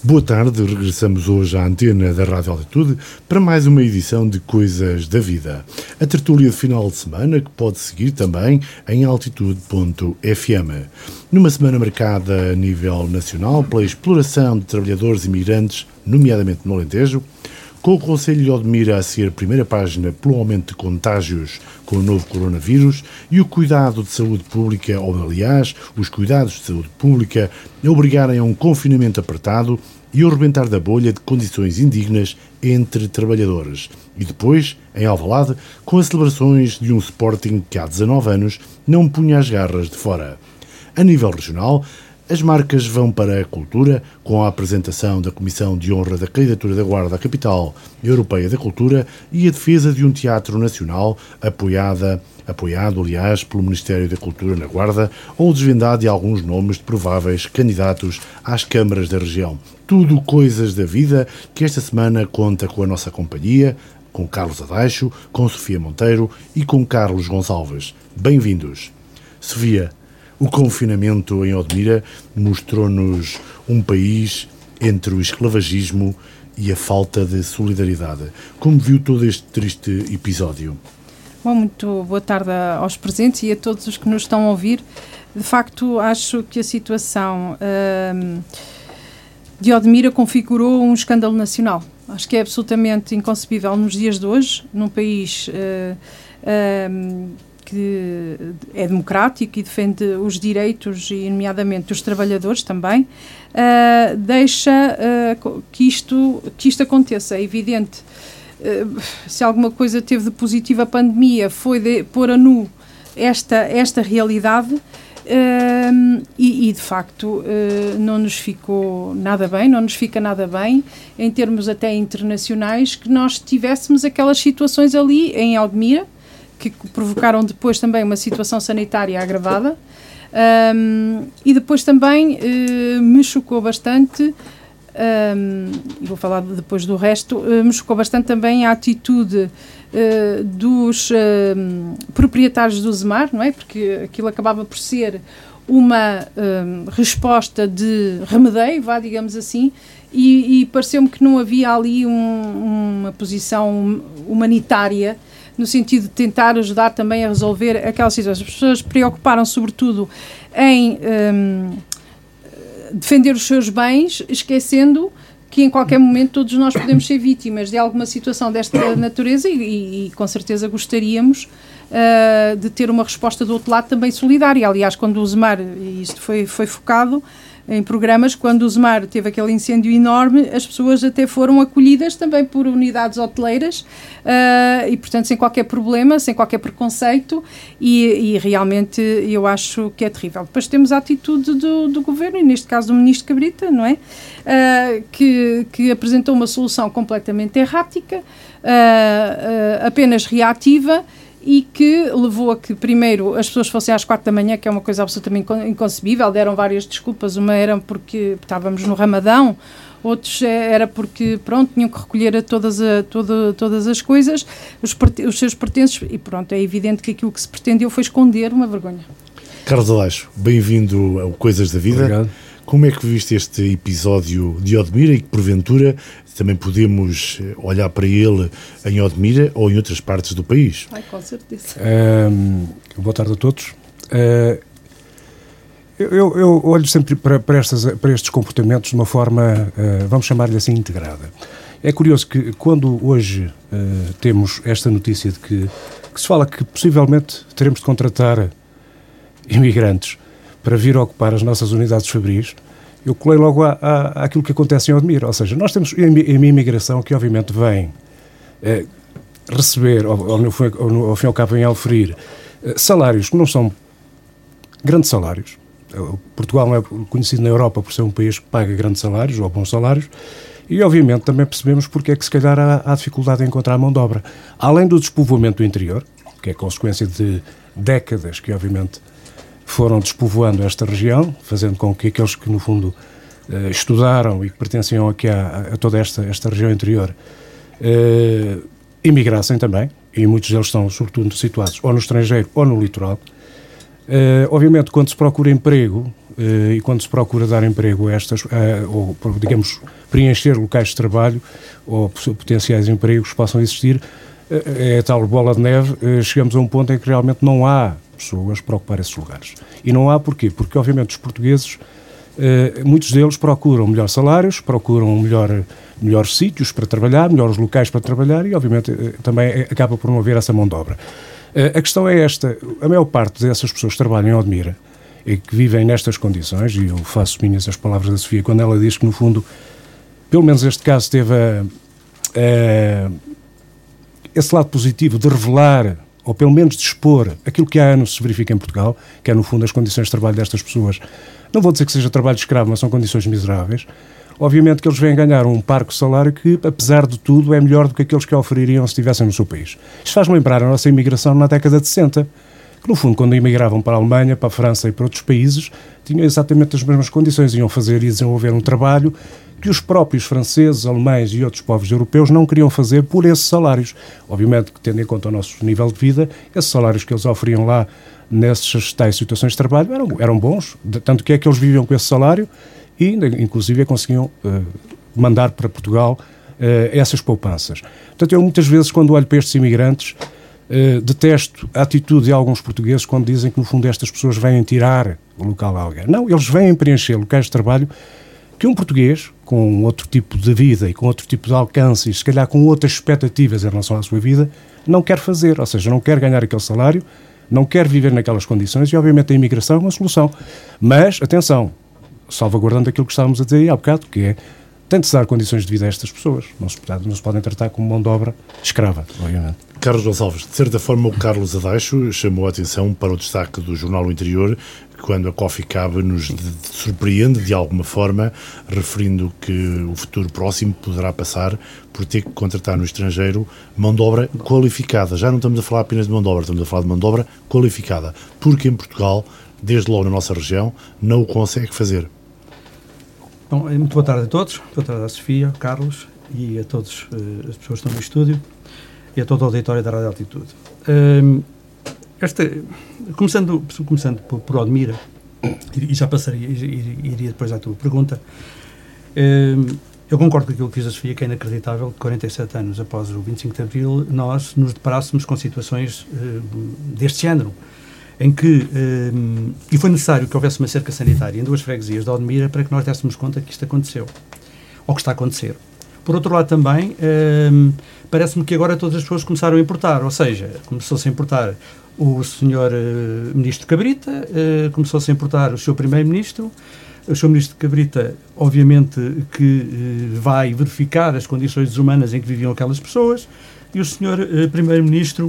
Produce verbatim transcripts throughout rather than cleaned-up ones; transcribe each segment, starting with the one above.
Boa tarde, regressamos hoje à antena da Rádio Altitude para mais uma edição de Coisas da Vida. A tertúlia de final de semana que pode seguir também em altitude ponto f m. Numa semana marcada a nível nacional pela exploração de trabalhadores imigrantes, nomeadamente no Alentejo, com o Concelho de Odmira a ser primeira página pelo aumento de contágios com o novo coronavírus e o cuidado de saúde pública, ou aliás, os cuidados de saúde pública, a obrigarem a um confinamento apertado e o rebentar da bolha de condições indignas entre trabalhadores. E depois, em Alvalade, com as celebrações de um Sporting que há dezanove anos não punha as garras de fora. A nível regional, as marcas vão para a cultura, com a apresentação da Comissão de Honra da Candidatura da Guarda à Capital Europeia da Cultura e a defesa de um teatro nacional apoiada, apoiado, aliás, pelo Ministério da Cultura na Guarda, ou o desvendado de alguns nomes de prováveis candidatos às câmaras da região. Tudo coisas da vida que esta semana conta com a nossa companhia, com Carlos Adaixo, com Sofia Monteiro e com Carlos Gonçalves. Bem-vindos. Sofia, o confinamento em Odmira mostrou-nos um país entre o esclavagismo e a falta de solidariedade. Como viu todo este triste episódio? Bom, muito boa tarde aos presentes e a todos os que nos estão a ouvir. De facto, acho que a situação hum, de Odmira configurou um escândalo nacional. Acho que é absolutamente inconcebível nos dias de hoje, num país uh, um, que é democrático e defende os direitos, e nomeadamente dos trabalhadores também, uh, deixa uh, que, isto, que isto aconteça. É evidente, uh, se alguma coisa teve de positivo a pandemia foi de pôr a nu esta, esta realidade, uh, e, e de facto uh, não nos ficou nada bem, não nos fica nada bem, em termos até internacionais, que nós tivéssemos aquelas situações ali em Odmira, que provocaram depois também uma situação sanitária agravada, um, e depois também uh, me chocou bastante, um, e vou falar depois do resto, uh, me chocou bastante também a atitude uh, dos uh, proprietários do Zemar, não é? Porque aquilo acabava por ser uma uh, resposta de remedeio, vá, digamos assim, e, e pareceu-me que não havia ali um, uma posição humanitária, no sentido de tentar ajudar também a resolver aquela situação. As pessoas preocuparam sobretudo em um, defender os seus bens, esquecendo que em qualquer momento todos nós podemos ser vítimas de alguma situação desta natureza e, e, e com certeza gostaríamos uh, de ter uma resposta do outro lado também solidária. Aliás, quando o Zemar, e isto foi, foi focado em programas, quando o Zemar teve aquele incêndio enorme, as pessoas até foram acolhidas também por unidades hoteleiras uh, e, portanto, sem qualquer problema, sem qualquer preconceito, e, e realmente eu acho que é terrível. Depois temos a atitude do, do Governo, e neste caso do Ministro Cabrita, não é? Uh, que, que apresentou uma solução completamente errática, uh, uh, apenas reativa, e que levou a que primeiro as pessoas fossem às quatro da manhã, que é uma coisa absolutamente inconcebível. Deram várias desculpas, uma era porque estávamos no Ramadão, outros era porque, pronto, tinham que recolher a todas, a, toda, todas as coisas, os, os seus pertences, e pronto, é evidente que aquilo que se pretendeu foi esconder uma vergonha. Carlos Adaixo, bem-vindo ao Coisas da Vida. Obrigado. Como é que viste este episódio de Odmira e que, porventura, também podemos olhar para ele em Odmira ou em outras partes do país? Ai, com certeza. Um, boa tarde a todos. Uh, eu, eu olho sempre para, para, estas, para estes comportamentos de uma forma, uh, vamos chamar-lhe assim, integrada. É curioso que quando hoje uh, temos esta notícia de que, que se fala que possivelmente teremos de contratar imigrantes para vir ocupar as nossas unidades fabris, eu colei logo à, à, àquilo que acontece em Odmira. Ou seja, nós temos uma imigração que obviamente vem eh, receber, ao, ao, ao, ao fim e ao cabo vem a oferir eh, salários que não são grandes salários. Portugal não é conhecido na Europa por ser um país que paga grandes salários ou bons salários, e obviamente também percebemos porque é que se calhar há, há dificuldade em encontrar mão de obra. Além do despovoamento do interior, que é consequência de décadas que obviamente foram despovoando esta região, fazendo com que aqueles que, no fundo, eh, estudaram e que pertenciam aqui a, a toda esta, esta região interior eh, emigrassem também, e muitos deles estão, sobretudo, situados ou no estrangeiro ou no litoral. Eh, obviamente, quando se procura emprego, e quando se procura dar emprego a estas, a, ou, digamos, preencher locais de trabalho ou potenciais empregos que possam existir, é a tal bola de neve, chegamos a um ponto em que realmente não há pessoas para ocupar esses lugares. E não há porquê? Porque, obviamente, os portugueses, muitos deles procuram melhores salários, procuram melhor, melhores sítios para trabalhar, melhores locais para trabalhar e, obviamente, também acaba por não haver essa mão de obra. A questão é esta, a maior parte dessas pessoas que trabalham em Odmira e que vivem nestas condições, e eu faço minhas as palavras da Sofia, quando ela diz que, no fundo, pelo menos este caso teve a, a, esse lado positivo de revelar, ou pelo menos de expor, aquilo que há anos se verifica em Portugal, que é, no fundo, as condições de trabalho destas pessoas. Não vou dizer que seja trabalho escravo, mas são condições miseráveis. Obviamente que eles vêm ganhar um parco salário que, apesar de tudo, é melhor do que aqueles que ofeririam se estivessem no seu país. Isto faz lembrar a nossa imigração na década de sessenta, que, no fundo, quando imigravam para a Alemanha, para a França e para outros países, tinham exatamente as mesmas condições, iam fazer e desenvolver um trabalho que os próprios franceses, alemães e outros povos europeus não queriam fazer por esses salários. Obviamente que, tendo em conta o nosso nível de vida, esses salários que eles oferiam lá nessas tais situações de trabalho eram, eram bons, tanto que é que eles viviam com esse salário e, inclusive, conseguiam uh, mandar para Portugal uh, essas poupanças. Portanto, eu muitas vezes, quando olho para estes imigrantes, uh, detesto a atitude de alguns portugueses quando dizem que, no fundo, estas pessoas vêm tirar o local a alguém. Não, eles vêm preencher locais de trabalho que um português, com outro tipo de vida e com outro tipo de alcance e, se calhar, com outras expectativas em relação à sua vida, não quer fazer. Ou seja, não quer ganhar aquele salário, não quer viver naquelas condições e, obviamente, a imigração é uma solução. Mas, atenção, salvaguardando aquilo que estávamos a dizer aí há bocado, que é, tem de se dar condições de vida a estas pessoas. Não se, não se podem tratar como mão de obra escrava, obviamente. Carlos Gonçalves, de certa forma, o Carlos Adaixo chamou a atenção para o destaque do jornal O Interior, quando a Coffee Cab nos de, de surpreende, de alguma forma, referindo que o futuro próximo poderá passar por ter que contratar no estrangeiro mão de obra qualificada. Já não estamos a falar apenas de mão de obra, estamos a falar de mão de obra qualificada, porque em Portugal, desde logo na nossa região, não o consegue fazer. Bom, muito boa tarde a todos, boa tarde à Sofia, ao Carlos e a todas uh, as pessoas que estão no estúdio e a todo o auditório da Rádio Altitude. Uh, esta, começando começando por, por Odmira, e já passaria, e iria depois à tua pergunta, uh, eu concordo com aquilo que diz a Sofia, que é inacreditável que quarenta e sete anos após o vinte e cinco de Abril nós nos deparássemos com situações uh, deste género, em que, um, e foi necessário que houvesse uma cerca sanitária em duas freguesias de Odmira para que nós dessemos conta que isto aconteceu, ou que está a acontecer. Por outro lado também, um, parece-me que agora todas as pessoas começaram a importar, ou seja, começou-se a importar o senhor uh, Ministro Cabrita, uh, começou-se a importar o seu Primeiro-Ministro, o senhor Ministro Cabrita, obviamente, que uh, vai verificar as condições desumanas em que viviam aquelas pessoas, e o senhor uh, Primeiro-Ministro,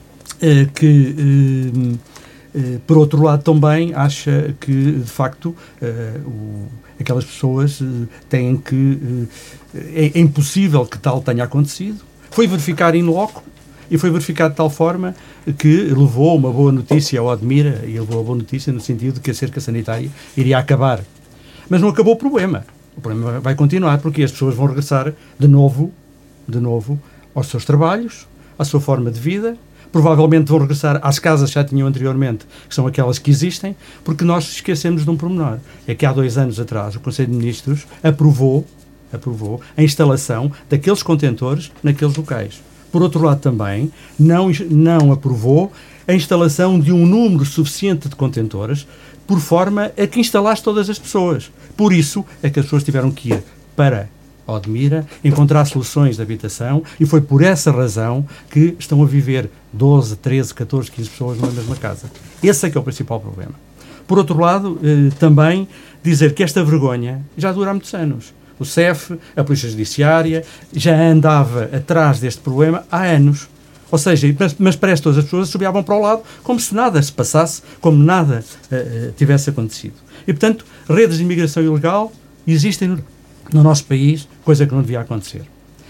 uh, que... Uh, Uh, por outro lado, também acha que, de facto, uh, o, aquelas pessoas uh, têm que... Uh, é, é impossível que tal tenha acontecido. Foi verificar in loco e foi verificado de tal forma que levou uma boa notícia ao Odmira, e levou uma boa notícia no sentido de que a cerca sanitária iria acabar. Mas não acabou o problema. O problema vai continuar, porque as pessoas vão regressar de novo, de novo aos seus trabalhos, à sua forma de vida. Provavelmente vão regressar às casas que já tinham anteriormente, que são aquelas que existem, porque nós esquecemos de um pormenor. É que há dois anos atrás o Conselho de Ministros aprovou, aprovou a instalação daqueles contentores naqueles locais. Por outro lado também, não, não aprovou a instalação de um número suficiente de contentores por forma a que instalasse todas as pessoas. Por isso é que as pessoas tiveram que ir para Odmira, encontrar soluções de habitação, e foi por essa razão que estão a viver doze, treze, catorze, quinze pessoas numa mesma casa. Esse é que é o principal problema. Por outro lado, eh, também dizer que esta vergonha já dura há muitos anos. O C E F, a Polícia Judiciária, já andava atrás deste problema há anos. Ou seja, mas, mas parece que todas as pessoas subiavam para o lado como se nada se passasse, como nada uh, tivesse acontecido. E, portanto, redes de imigração ilegal existem no, no nosso país, coisa que não devia acontecer.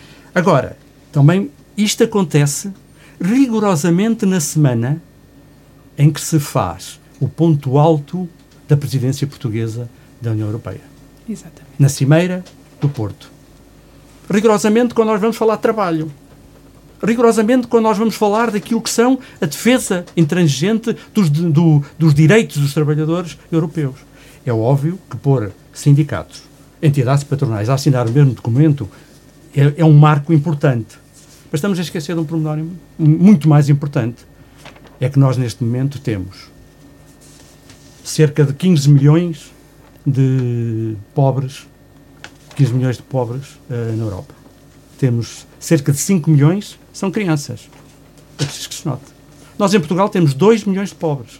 Agora, também isto acontece rigorosamente na semana em que se faz o ponto alto da presidência portuguesa da União Europeia. Exatamente. Na Cimeira do Porto. Rigorosamente quando nós vamos falar de trabalho. Rigorosamente quando nós vamos falar daquilo que são a defesa intransigente dos, do, dos direitos dos trabalhadores europeus. É óbvio que pôr sindicatos, entidades patronais a assinar o mesmo documento é, é um marco importante. Mas estamos a esquecer de um pormenor muito mais importante. É que nós, neste momento, temos cerca de quinze milhões de pobres, quinze milhões de pobres uh, na Europa. Temos cerca de cinco milhões são crianças. É preciso que se note. Nós, em Portugal, temos dois milhões de pobres.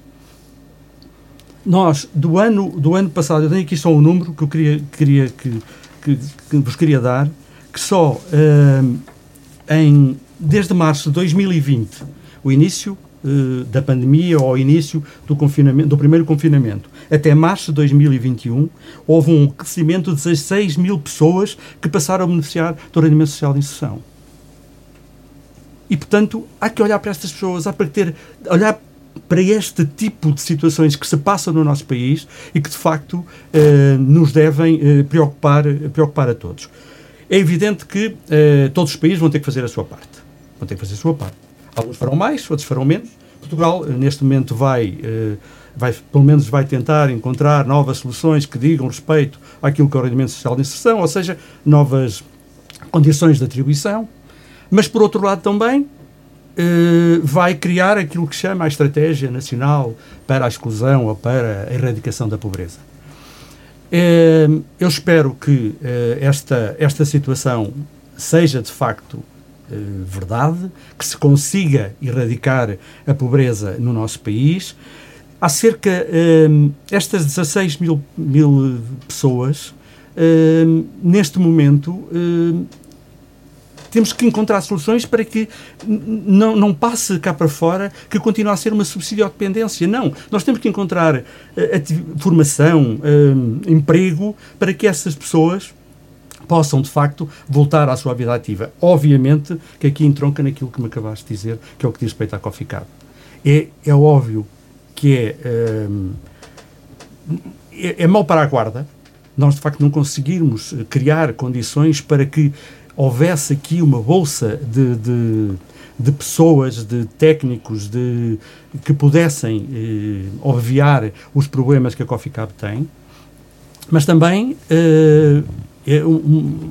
Nós, do ano, do ano passado, eu tenho aqui só um número que eu queria, queria que, que, que vos queria dar, que só uh, em, desde março de dois mil e vinte, o início uh, da pandemia ou o início do, confinamento, do primeiro confinamento, até março de dois mil e vinte e um, houve um crescimento de dezasseis mil pessoas que passaram a beneficiar do rendimento social de inserção. E, portanto, há que olhar para estas pessoas, há que ter, olhar para este tipo de situações que se passam no nosso país e que, de facto, eh, nos devem eh, preocupar, preocupar a todos. É evidente que eh, todos os países vão ter que fazer a sua parte. Vão ter que fazer a sua parte. Alguns farão mais, outros farão menos. Portugal, neste momento, vai, eh, vai, pelo menos vai tentar encontrar novas soluções que digam respeito àquilo que é o rendimento social de inserção, ou seja, novas condições de atribuição. Mas, por outro lado, também Uh, vai criar aquilo que chama a Estratégia Nacional para a Exclusão ou para a Erradicação da Pobreza. Uh, eu espero que uh, esta, esta situação seja, de facto, uh, verdade, que se consiga erradicar a pobreza no nosso país. Há cerca, uh, estas dezasseis mil, mil pessoas, uh, neste momento, uh, temos que encontrar soluções para que não, não passe cá para fora que continue a ser uma subsidiodependência. Não. Nós temos que encontrar uh, formação, uh, emprego, para que essas pessoas possam, de facto, voltar à sua vida ativa. Obviamente que aqui entronca naquilo que me acabaste de dizer, que é o que diz respeito à COFICAB. É, é óbvio que é, uh, é, é mau para a guarda nós, de facto, não conseguirmos criar condições para que houvesse aqui uma bolsa de, de, de pessoas, de técnicos, de, que pudessem eh, obviar os problemas que a COFICAB tem, mas também eh, é um,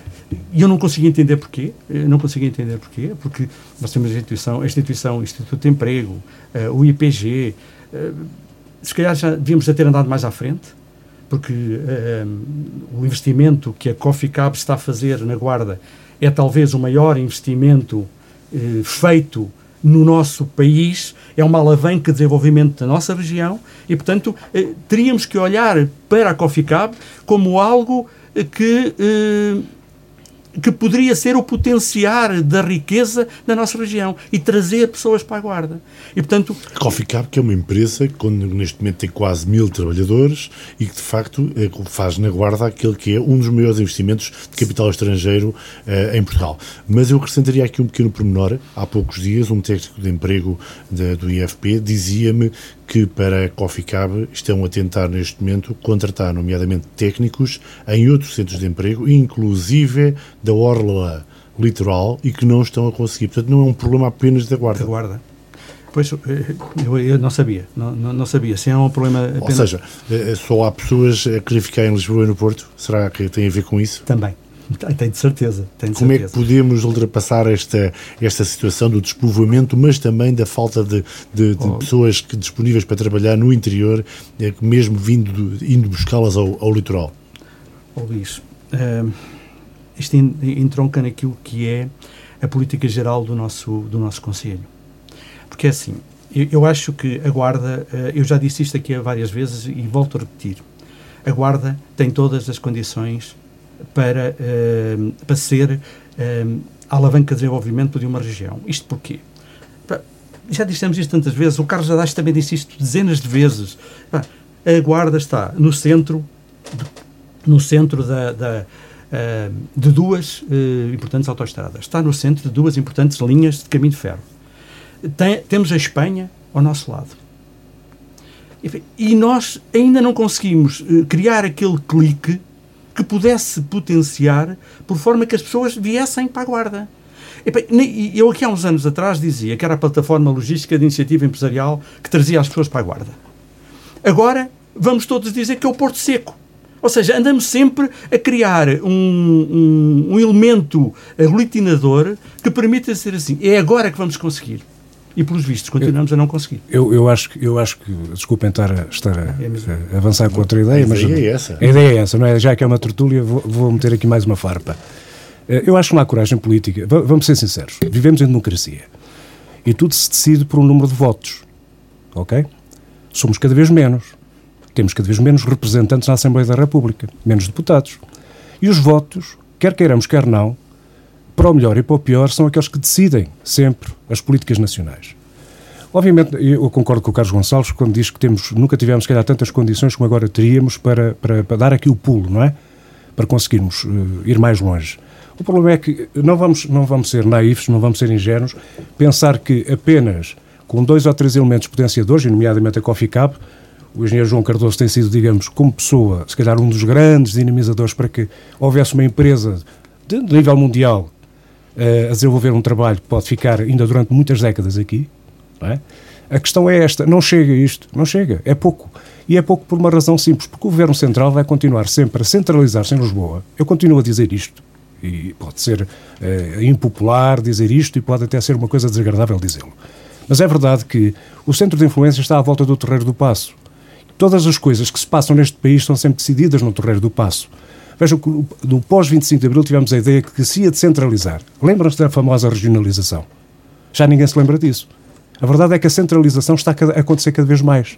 eu não consigo entender porquê, eu não consigo entender porquê, porque nós temos a instituição, a instituição, o Instituto de Emprego, eh, o I P G, eh, se calhar já devíamos já ter andado mais à frente, porque um, o investimento que a COFICAB está a fazer na Guarda é talvez o maior investimento uh, feito no nosso país, é uma alavanca de desenvolvimento da nossa região e, portanto, uh, teríamos que olhar para a COFICAB como algo uh, que, uh, que poderia ser o potenciar da riqueza da nossa região e trazer pessoas para a Guarda. E, portanto, a COFICAB, que é uma empresa que neste momento tem quase mil trabalhadores e que, de facto, faz na Guarda aquele que é um dos maiores investimentos de capital estrangeiro uh, em Portugal. Mas eu acrescentaria aqui um pequeno pormenor. Há poucos dias, um técnico de emprego de, do I F P dizia-me que para a COFICAB estão a tentar, neste momento, contratar, nomeadamente, técnicos em outros centros de emprego, inclusive da Orla Litoral, e que não estão a conseguir. Portanto, não é um problema apenas da Guarda. Da Guarda. Pois, eu, eu não sabia, não, não, não sabia. Se é um problema apenas... Ou seja, só há pessoas a querer ficar em Lisboa e no Porto? Será que tem a ver com isso? Também. Tenho de certeza. Tenho de Como certeza. é que podemos ultrapassar esta, esta situação do despovoamento, mas também da falta de, de, de oh. pessoas que, disponíveis para trabalhar no interior, mesmo vindo, indo buscá-las ao, ao litoral? Oh, Luís, uh, isto entronca naquilo que é a política geral do nosso, do nosso Conselho. Porque é assim, eu, eu acho que a Guarda, uh, eu já disse isto aqui várias vezes e volto a repetir, a Guarda tem todas as condições para, uh, para ser uh, a alavanca de desenvolvimento de uma região. Isto porquê? Já dissemos isto tantas vezes, o Carlos Adachi também disse isto dezenas de vezes. A Guarda está no centro, de, no centro da, da, uh, de duas uh, importantes autoestradas. Está no centro de duas importantes linhas de caminho de ferro. Tem, temos a Espanha ao nosso lado. E, e nós ainda não conseguimos uh, criar aquele clique que pudesse potenciar por forma que as pessoas viessem para a Guarda. E, eu aqui há uns anos atrás dizia que era a plataforma logística de iniciativa empresarial que trazia as pessoas para a Guarda. Agora vamos todos dizer que é o Porto Seco. Ou seja, andamos sempre a criar um, um, um elemento aglutinador que permita ser assim. É agora que vamos conseguir. E, pelos vistos, continuamos eu, a não conseguir. Eu, eu, acho, eu acho que, desculpem estar a, estar a, a avançar com outra ideia, a mas ideia é essa. A ideia é essa, não é? Já que é uma tertúlia, vou, vou meter aqui mais uma farpa. Eu acho que não há coragem política. Vamos ser sinceros. Vivemos em democracia. E tudo se decide por um número de votos. Ok? Somos cada vez menos. Temos cada vez menos representantes na Assembleia da República. Menos deputados. E os votos, quer queiramos, quer não, para o melhor e para o pior, são aqueles que decidem sempre as políticas nacionais. Obviamente, eu concordo com o Carlos Gonçalves quando diz que temos, nunca tivemos, se calhar, tantas condições como agora teríamos para, para, para dar aqui o pulo, não é? Para conseguirmos uh, ir mais longe. O problema é que não vamos, não vamos ser naivos, não vamos ser ingênuos, pensar que apenas com dois ou três elementos potenciadores, e nomeadamente a Coffee Cup, o engenheiro João Cardoso tem sido, digamos, como pessoa, se calhar um dos grandes dinamizadores para que houvesse uma empresa de, de nível mundial uh, a desenvolver um trabalho que pode ficar ainda durante muitas décadas aqui, não é? A questão é esta, não chega isto, não chega, é pouco. E é pouco por uma razão simples, porque o Governo Central vai continuar sempre a centralizar-se em Lisboa. Eu continuo a dizer isto, e pode ser uh, impopular dizer isto e pode até ser uma coisa desagradável dizê-lo. Mas é verdade que o centro de influência está à volta do Terreiro do Paço. Todas as coisas que se passam neste país são sempre decididas no Terreiro do Paço. Vejam que no pós vinte e cinco de Abril tivemos a ideia que se ia descentralizar. Lembram-se da famosa regionalização? Já ninguém se lembra disso. A verdade é que a centralização está a acontecer cada vez mais.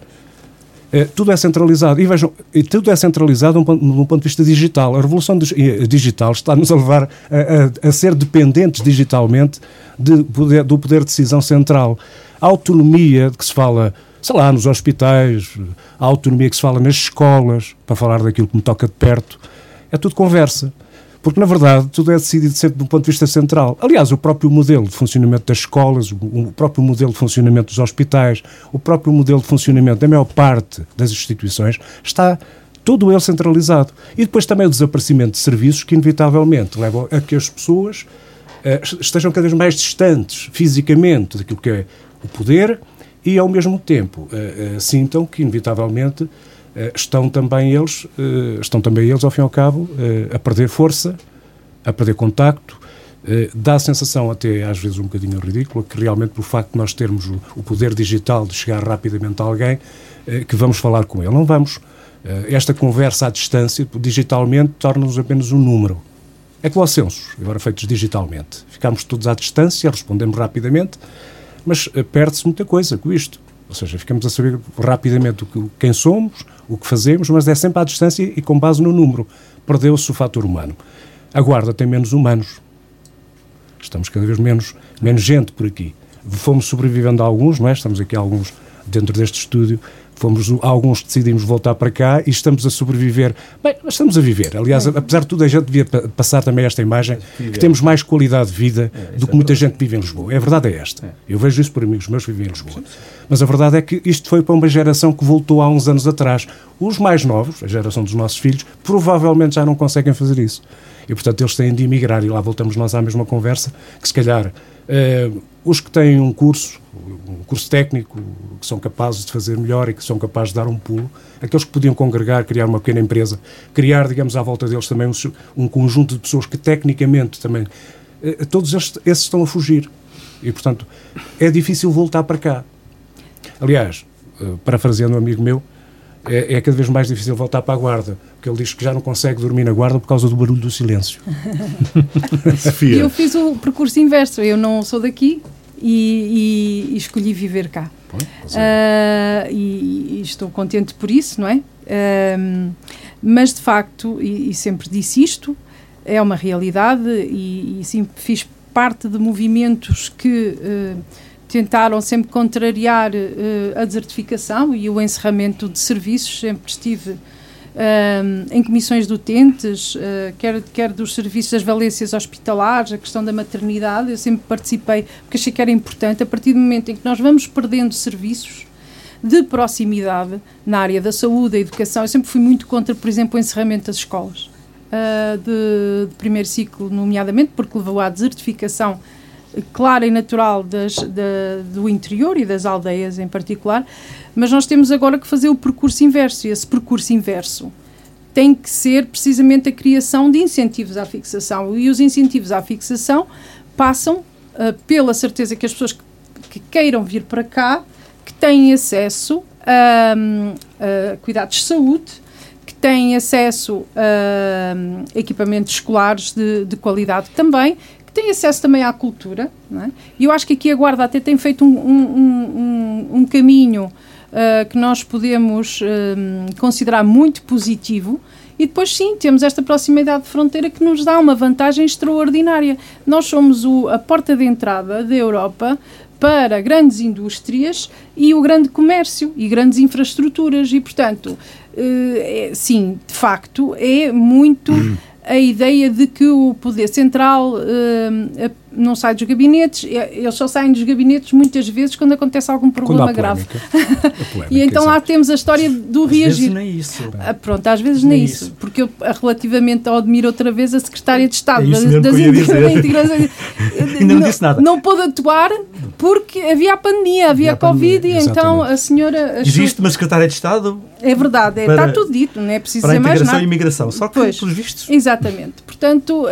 É, tudo é centralizado. E vejam, tudo é centralizado num, num ponto de vista digital. A revolução digital está-nos a levar a, a, a ser dependentes digitalmente de poder, do poder de decisão central. A autonomia de que se fala, sei lá, nos hospitais, a autonomia que se fala nas escolas, para falar daquilo que me toca de perto, é tudo conversa. Porque, na verdade, tudo é decidido sempre do ponto de vista central. Aliás, o próprio modelo de funcionamento das escolas, o próprio modelo de funcionamento dos hospitais, o próprio modelo de funcionamento da maior parte das instituições, está todo ele centralizado. E depois também o desaparecimento de serviços que, inevitavelmente, levam a que as pessoas uh, estejam cada vez mais distantes, fisicamente, daquilo que é o poder e, ao mesmo tempo, uh, uh, sintam que, inevitavelmente, Uh, estão também eles, uh, estão também eles, ao fim e ao cabo, uh, a perder força, a perder contacto. Uh, dá a sensação, até às vezes um bocadinho ridícula, que realmente pelo facto de nós termos o, o poder digital de chegar rapidamente a alguém, uh, que vamos falar com ele. Não vamos. Uh, esta conversa à distância, digitalmente, torna-nos apenas um número. É como os censos, agora feitos digitalmente. Ficamos todos à distância, respondemos rapidamente, mas uh, perde-se muita coisa com isto. Ou seja, ficamos a saber rapidamente o que, quem somos, o que fazemos, mas é sempre à distância e com base no número. Perdeu-se o fator humano. A Guarda tem menos humanos. Estamos cada vez menos, menos gente por aqui. Fomos sobrevivendo a alguns, não é? Estamos aqui alguns dentro deste estúdio. Fomos, alguns decidimos voltar para cá e estamos a sobreviver. Bem, mas estamos a viver. Aliás, apesar de tudo, a gente devia passar também esta imagem que temos mais qualidade de vida é, do que muita gente vive em Lisboa. A verdade é esta. É. Eu vejo isso por amigos meus que vivem em Lisboa. Mas a verdade é que isto foi para uma geração que voltou há uns anos atrás. Os mais novos, a geração dos nossos filhos, provavelmente já não conseguem fazer isso. E, portanto, eles têm de emigrar. E lá voltamos nós à mesma conversa, que se calhar uh, os que têm um curso, um curso técnico, que são capazes de fazer melhor e que são capazes de dar um pulo, aqueles que podiam congregar, criar uma pequena empresa, criar, digamos, à volta deles também um, um conjunto de pessoas que tecnicamente também, uh, todos estes, esses estão a fugir. E, portanto, é difícil voltar para cá. Aliás, uh, parafraseando um amigo meu, é, é cada vez mais difícil voltar para a Guarda, porque ele diz que já não consegue dormir na Guarda por causa do barulho do silêncio. Sofia. Eu fiz o percurso inverso, eu não sou daqui e, e, e escolhi viver cá. Pois é. uh, e, e estou contente por isso, não é? Uh, mas, de facto, e, e sempre disse isto, é uma realidade e, e sim, fiz parte de movimentos que... Uh, tentaram sempre contrariar uh, a desertificação e o encerramento de serviços. Sempre estive uh, em comissões de utentes, uh, quer, quer dos serviços das valências hospitalares, a questão da maternidade. Eu sempre participei, porque achei que era importante. A partir do momento em que nós vamos perdendo serviços de proximidade na área da saúde, da educação, eu sempre fui muito contra, por exemplo, o encerramento das escolas uh, de, de primeiro ciclo, nomeadamente, porque levou à desertificação clara e natural das, da, do interior e das aldeias em particular, mas nós temos agora que fazer o percurso inverso, e esse percurso inverso tem que ser precisamente a criação de incentivos à fixação, e os incentivos à fixação passam uh, pela certeza que as pessoas que, que queiram vir para cá, que têm acesso a, a cuidados de saúde, que têm acesso a equipamentos escolares de, de qualidade também, tem acesso também à cultura, não é? E eu acho que aqui a Guarda até tem feito um, um, um, um caminho uh, que nós podemos uh, considerar muito positivo, e depois sim, temos esta proximidade de fronteira que nos dá uma vantagem extraordinária. Nós somos o, a porta de entrada da Europa para grandes indústrias e o grande comércio e grandes infraestruturas, e portanto, uh, é, sim, de facto, é muito... a ideia de que o poder central uh, não sai dos gabinetes, eles só saem dos gabinetes muitas vezes quando acontece algum problema grave. E então lá temos a história do às reagir. Às vezes nem isso. Ah, pronto, às vezes nem, nem isso. isso. Porque eu, relativamente ao Admiro outra vez, a Secretária de Estado é das, das integrações ainda não disse nada. Não pôde atuar porque havia a pandemia, havia, havia a Covid, pandemia, e então a senhora... Existe uma Secretária de Estado... É verdade, é, está tudo dito, não é preciso dizer mais nada. Para a integração e imigração, só que pois, pelos vistos... Exatamente. Portanto, uh,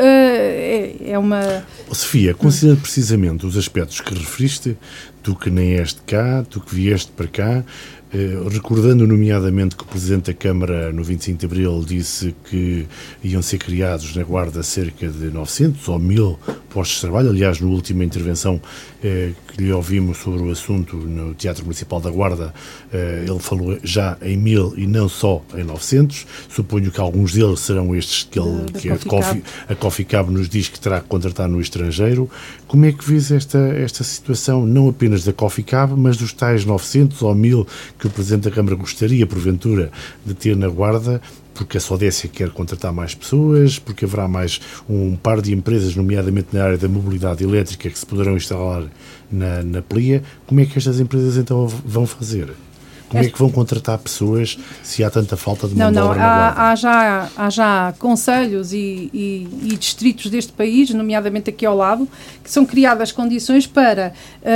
é, é uma... Sofia, considera precisamente os aspectos que referiste, tu que nem és de cá, tu que vieste para cá, eh, recordando nomeadamente que o Presidente da Câmara no vinte e cinco de Abril disse que iam ser criados na Guarda cerca de novecentos ou mil postos de trabalho. Aliás, na última intervenção eh, que lhe ouvimos sobre o assunto no Teatro Municipal da Guarda, eh, ele falou já em mil e não só em novecentos. Suponho que alguns deles serão estes que, ele, de, de que a, Coffee, a Coffee Cab nos diz que terá que contratar no estrangeiro. Como é que vês esta, esta situação, não apenas da Coffee Cab, mas dos tais novecentos ou mil que o Presidente da Câmara gostaria, porventura, de ter na Guarda, porque a Sodécia quer contratar mais pessoas, porque haverá mais um par de empresas, nomeadamente na área da mobilidade elétrica, que se poderão instalar na, na Plia. Como é que estas empresas então vão fazer? Como é que vão contratar pessoas se há tanta falta de mão de obra na Guarda? Há, há, já, há já concelhos e, e, e distritos deste país, nomeadamente aqui ao lado, que são criadas condições para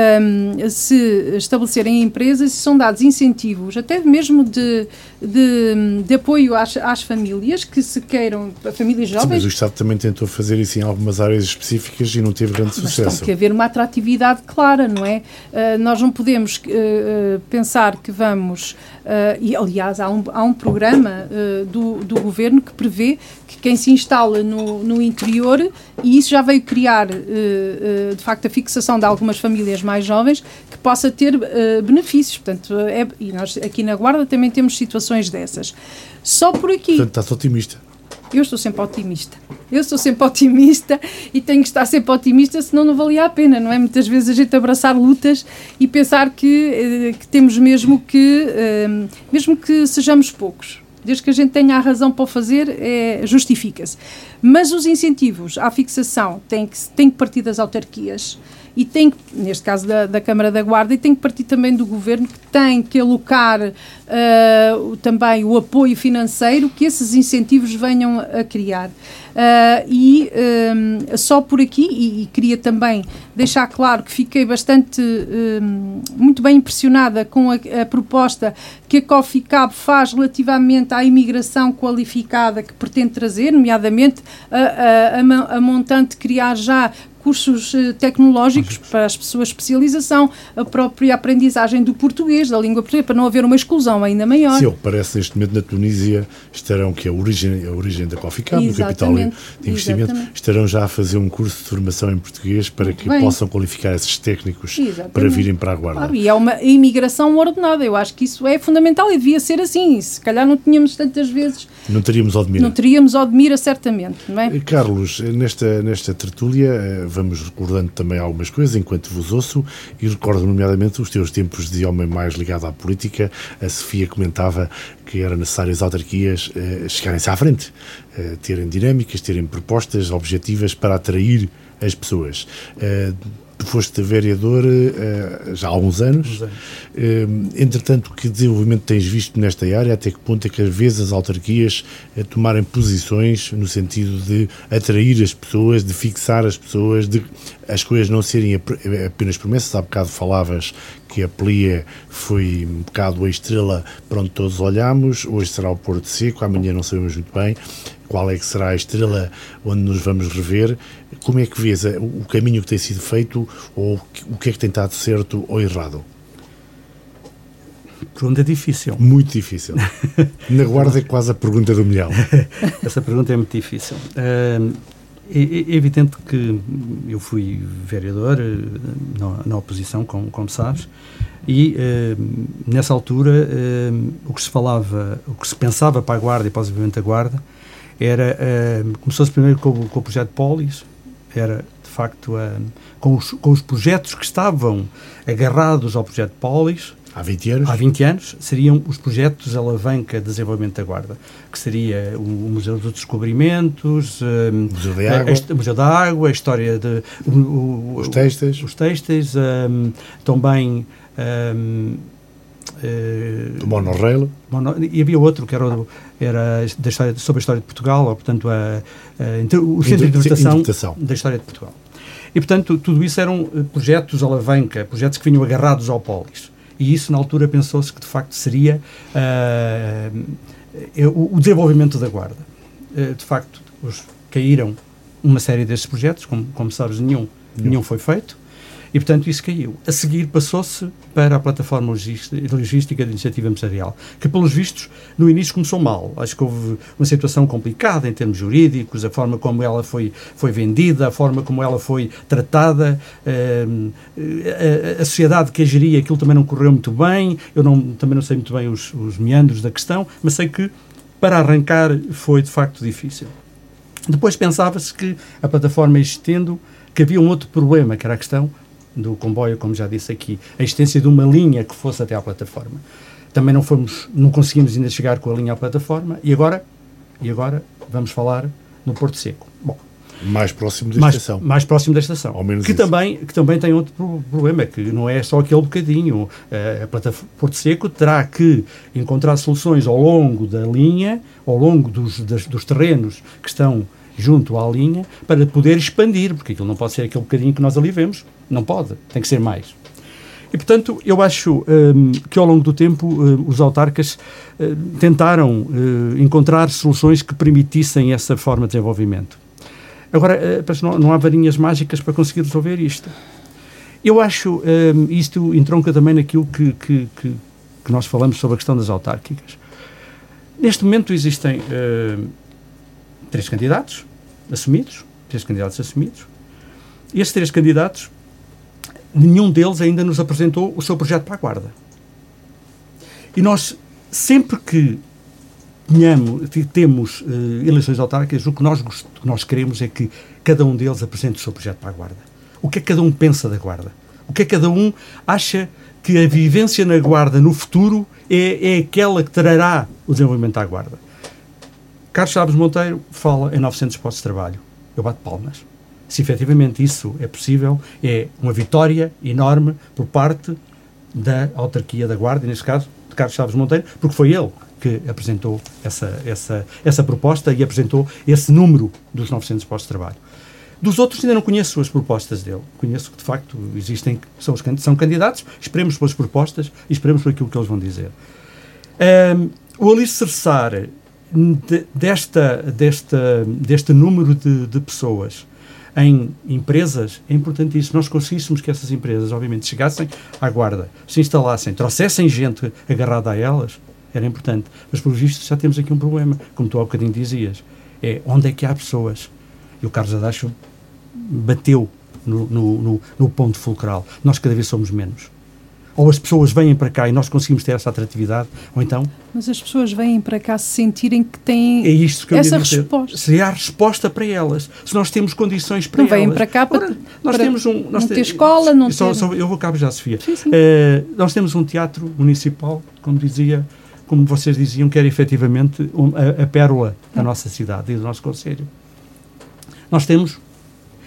um, se estabelecerem empresas e são dados incentivos, até mesmo de, de, de apoio às, às famílias que se queiram, famílias jovens. Sim, mas o Estado também tentou fazer isso em algumas áreas específicas e não teve grande mas sucesso. Tem que haver uma atratividade clara, não é? Uh, nós não podemos uh, pensar que vamos Uh, e aliás há um, há um programa uh, do, do Governo que prevê que quem se instala no, no interior, e isso já veio criar uh, uh, de facto a fixação de algumas famílias mais jovens, que possa ter uh, benefícios. Portanto, é, e nós aqui na Guarda também temos situações dessas. Só por aqui. Portanto, estás otimista. Eu estou sempre otimista. Eu estou sempre otimista e tenho que estar sempre otimista, senão não valia a pena, não é? Muitas vezes a gente abraçar lutas e pensar que, que temos mesmo que, mesmo que sejamos poucos, desde que a gente tenha a razão para o fazer, é, justifica-se. Mas os incentivos à fixação têm que, têm que partir das autarquias. E tem, neste caso da, da Câmara da Guarda, e tem que partir também do Governo, que tem que alocar uh, também o apoio financeiro que esses incentivos venham a criar. Uh, e um, só por aqui, e, e queria também deixar claro que fiquei bastante, um, muito bem impressionada com a, a proposta que a Coffee Cab faz relativamente à imigração qualificada que pretende trazer, nomeadamente a, a, a, a montante criar já cursos uh, tecnológicos para as pessoas, especialização, a própria aprendizagem do português, da língua portuguesa, para não haver uma exclusão ainda maior. Sim, parece neste momento na Tunísia estarão, que é a origem, a origem da Coffee Cab, do capital de investimento, exatamente, estarão já a fazer um curso de formação em português para que Bem, possam qualificar esses técnicos, exatamente, para virem para a Guarda. Claro, e é uma imigração ordenada, eu acho que isso é fundamental e devia ser assim, se calhar não tínhamos tantas vezes... Não teríamos Odmira. Não teríamos Odmira, certamente, não é? Carlos, nesta, nesta tertúlia vamos recordando também algumas coisas enquanto vos ouço, e recordo nomeadamente os teus tempos de homem mais ligado à política. A Sofia comentava que era necessário as autarquias eh, chegarem-se à frente, eh, terem dinâmicas, terem propostas objetivas para atrair as pessoas. Eh, tu foste vereador uh, já há uns anos. anos. Uh, entretanto, que desenvolvimento tens visto nesta área? Até que ponto é que às vezes as autarquias uh, tomarem posições no sentido de atrair as pessoas, de fixar as pessoas, de as coisas não serem apenas promessas? Há bocado falavas que a Plia foi um bocado a estrela para onde todos olhamos, hoje será o Porto Seco, amanhã não sabemos muito bem qual é que será a estrela onde nos vamos rever. Como é que vês o caminho que tem sido feito, ou o que é que tem estado certo ou errado? Pergunta difícil. Muito difícil. Na Guarda é quase a pergunta do milhão. Essa pergunta é muito difícil. Uh, é, é evidente que eu fui vereador uh, na, na oposição, como, como sabes, e uh, nessa altura uh, o que se falava, o que se pensava para a Guarda e para o desenvolvimento da Guarda era, uh, começou-se primeiro com, com o projeto Polis, era de facto uh, com, os, com os projetos que estavam agarrados ao projeto Polis. Há vinte anos? Há vinte anos, seriam os projetos alavanca de desenvolvimento da Guarda, que seria o, o Museu dos Descobrimentos, um, Museu da Água, a, a, o Museu da Água, a história de... O, o, os têxteis. Os têxteis, um, também... Um, uh, o monorail. Mono, e havia outro que era, era da história, sobre a história de Portugal, ou, portanto, a, a, o Centro de Interpretação da História de Portugal. E, portanto, tudo isso eram projetos alavanca, projetos que vinham agarrados ao Polis. E isso, na altura, pensou-se que, de facto, seria uh, o, o desenvolvimento da Guarda. Uh, de facto, os, caíram uma série destes projetos, como, como sabes, nenhum, nenhum foi feito, e, portanto, isso caiu. A seguir, passou-se para a plataforma logística de iniciativa empresarial, que, pelos vistos, no início começou mal. Acho que houve uma situação complicada em termos jurídicos, a forma como ela foi, foi vendida, a forma como ela foi tratada, uh, a, a sociedade que a geria, aquilo também não correu muito bem. Eu não, também não sei muito bem os, os meandros da questão, mas sei que, para arrancar, foi, de facto, difícil. Depois pensava-se que, a plataforma existendo, que havia um outro problema, que era a questão do comboio, como já disse aqui, a existência de uma linha que fosse até à plataforma. Também não fomos, não conseguimos ainda chegar com a linha à plataforma, e agora, e agora vamos falar no Porto Seco. Bom, mais próximo da mais, estação. Mais próximo da estação. Ao menos que isso. também, que também tem outro problema, que não é só aquele bocadinho. A plataforma Porto Seco terá que encontrar soluções ao longo da linha, ao longo dos, das, dos terrenos que estão junto à linha, para poder expandir, porque aquilo não pode ser aquele bocadinho que nós ali vemos. Não pode, tem que ser mais. E, portanto, eu acho um, que ao longo do tempo uh, os autarcas uh, tentaram uh, encontrar soluções que permitissem essa forma de desenvolvimento. Agora, uh, não, não há varinhas mágicas para conseguir resolver isto. Eu acho, um, isto entronca também naquilo que, que, que, que nós falamos sobre a questão das autárquicas. Neste momento existem uh, três candidatos assumidos, três candidatos assumidos. E esses três candidatos, nenhum deles ainda nos apresentou o seu projeto para a Guarda. E nós, sempre que tenhamos, temos uh, eleições autárquicas, o que nós, gost, que nós queremos é que cada um deles apresente o seu projeto para a Guarda. O que é que cada um pensa da Guarda? O que é que cada um acha que a vivência na Guarda no futuro é, é aquela que trará o desenvolvimento à Guarda? Carlos Chaves Monteiro fala em novecentos postos de trabalho. Eu bato palmas. Se efetivamente isso é possível, é uma vitória enorme por parte da autarquia da Guarda, neste caso, de Carlos Chaves Monteiro, porque foi ele que apresentou essa, essa, essa proposta e apresentou esse número dos novecentos postos de trabalho. Dos outros ainda não conheço as propostas dele. Conheço que, de facto, existem, são, os, são candidatos, esperemos pelas propostas e esperemos por aquilo que eles vão dizer. Um, o alicerçar de, desta, desta, deste número de, de pessoas em empresas é importantíssimo. Nós conseguíssemos que essas empresas, obviamente, chegassem à Guarda, se instalassem, trouxessem gente agarrada a elas, era importante. Mas, por visto, já temos aqui um problema, como tu há bocadinho dizias. É onde é que há pessoas? E o Carlos Adacho bateu no, no, no, no ponto fulcral. Nós cada vez somos menos. Ou as pessoas vêm para cá e nós conseguimos ter essa atratividade, ou então... Mas as pessoas vêm para cá se sentirem que têm é isto que eu essa dizer. resposta. Seria a resposta para elas. Se nós temos condições para não elas... Não vêm para cá para, Ora, nós para temos um, nós não ter te, escola, não só, ter... Só, eu vou cabo já, Sofia. Sim, sim. Uh, nós temos um teatro municipal, como dizia, como vocês diziam, que era efetivamente um, a, a pérola da nossa cidade e do nosso concelho. Nós temos...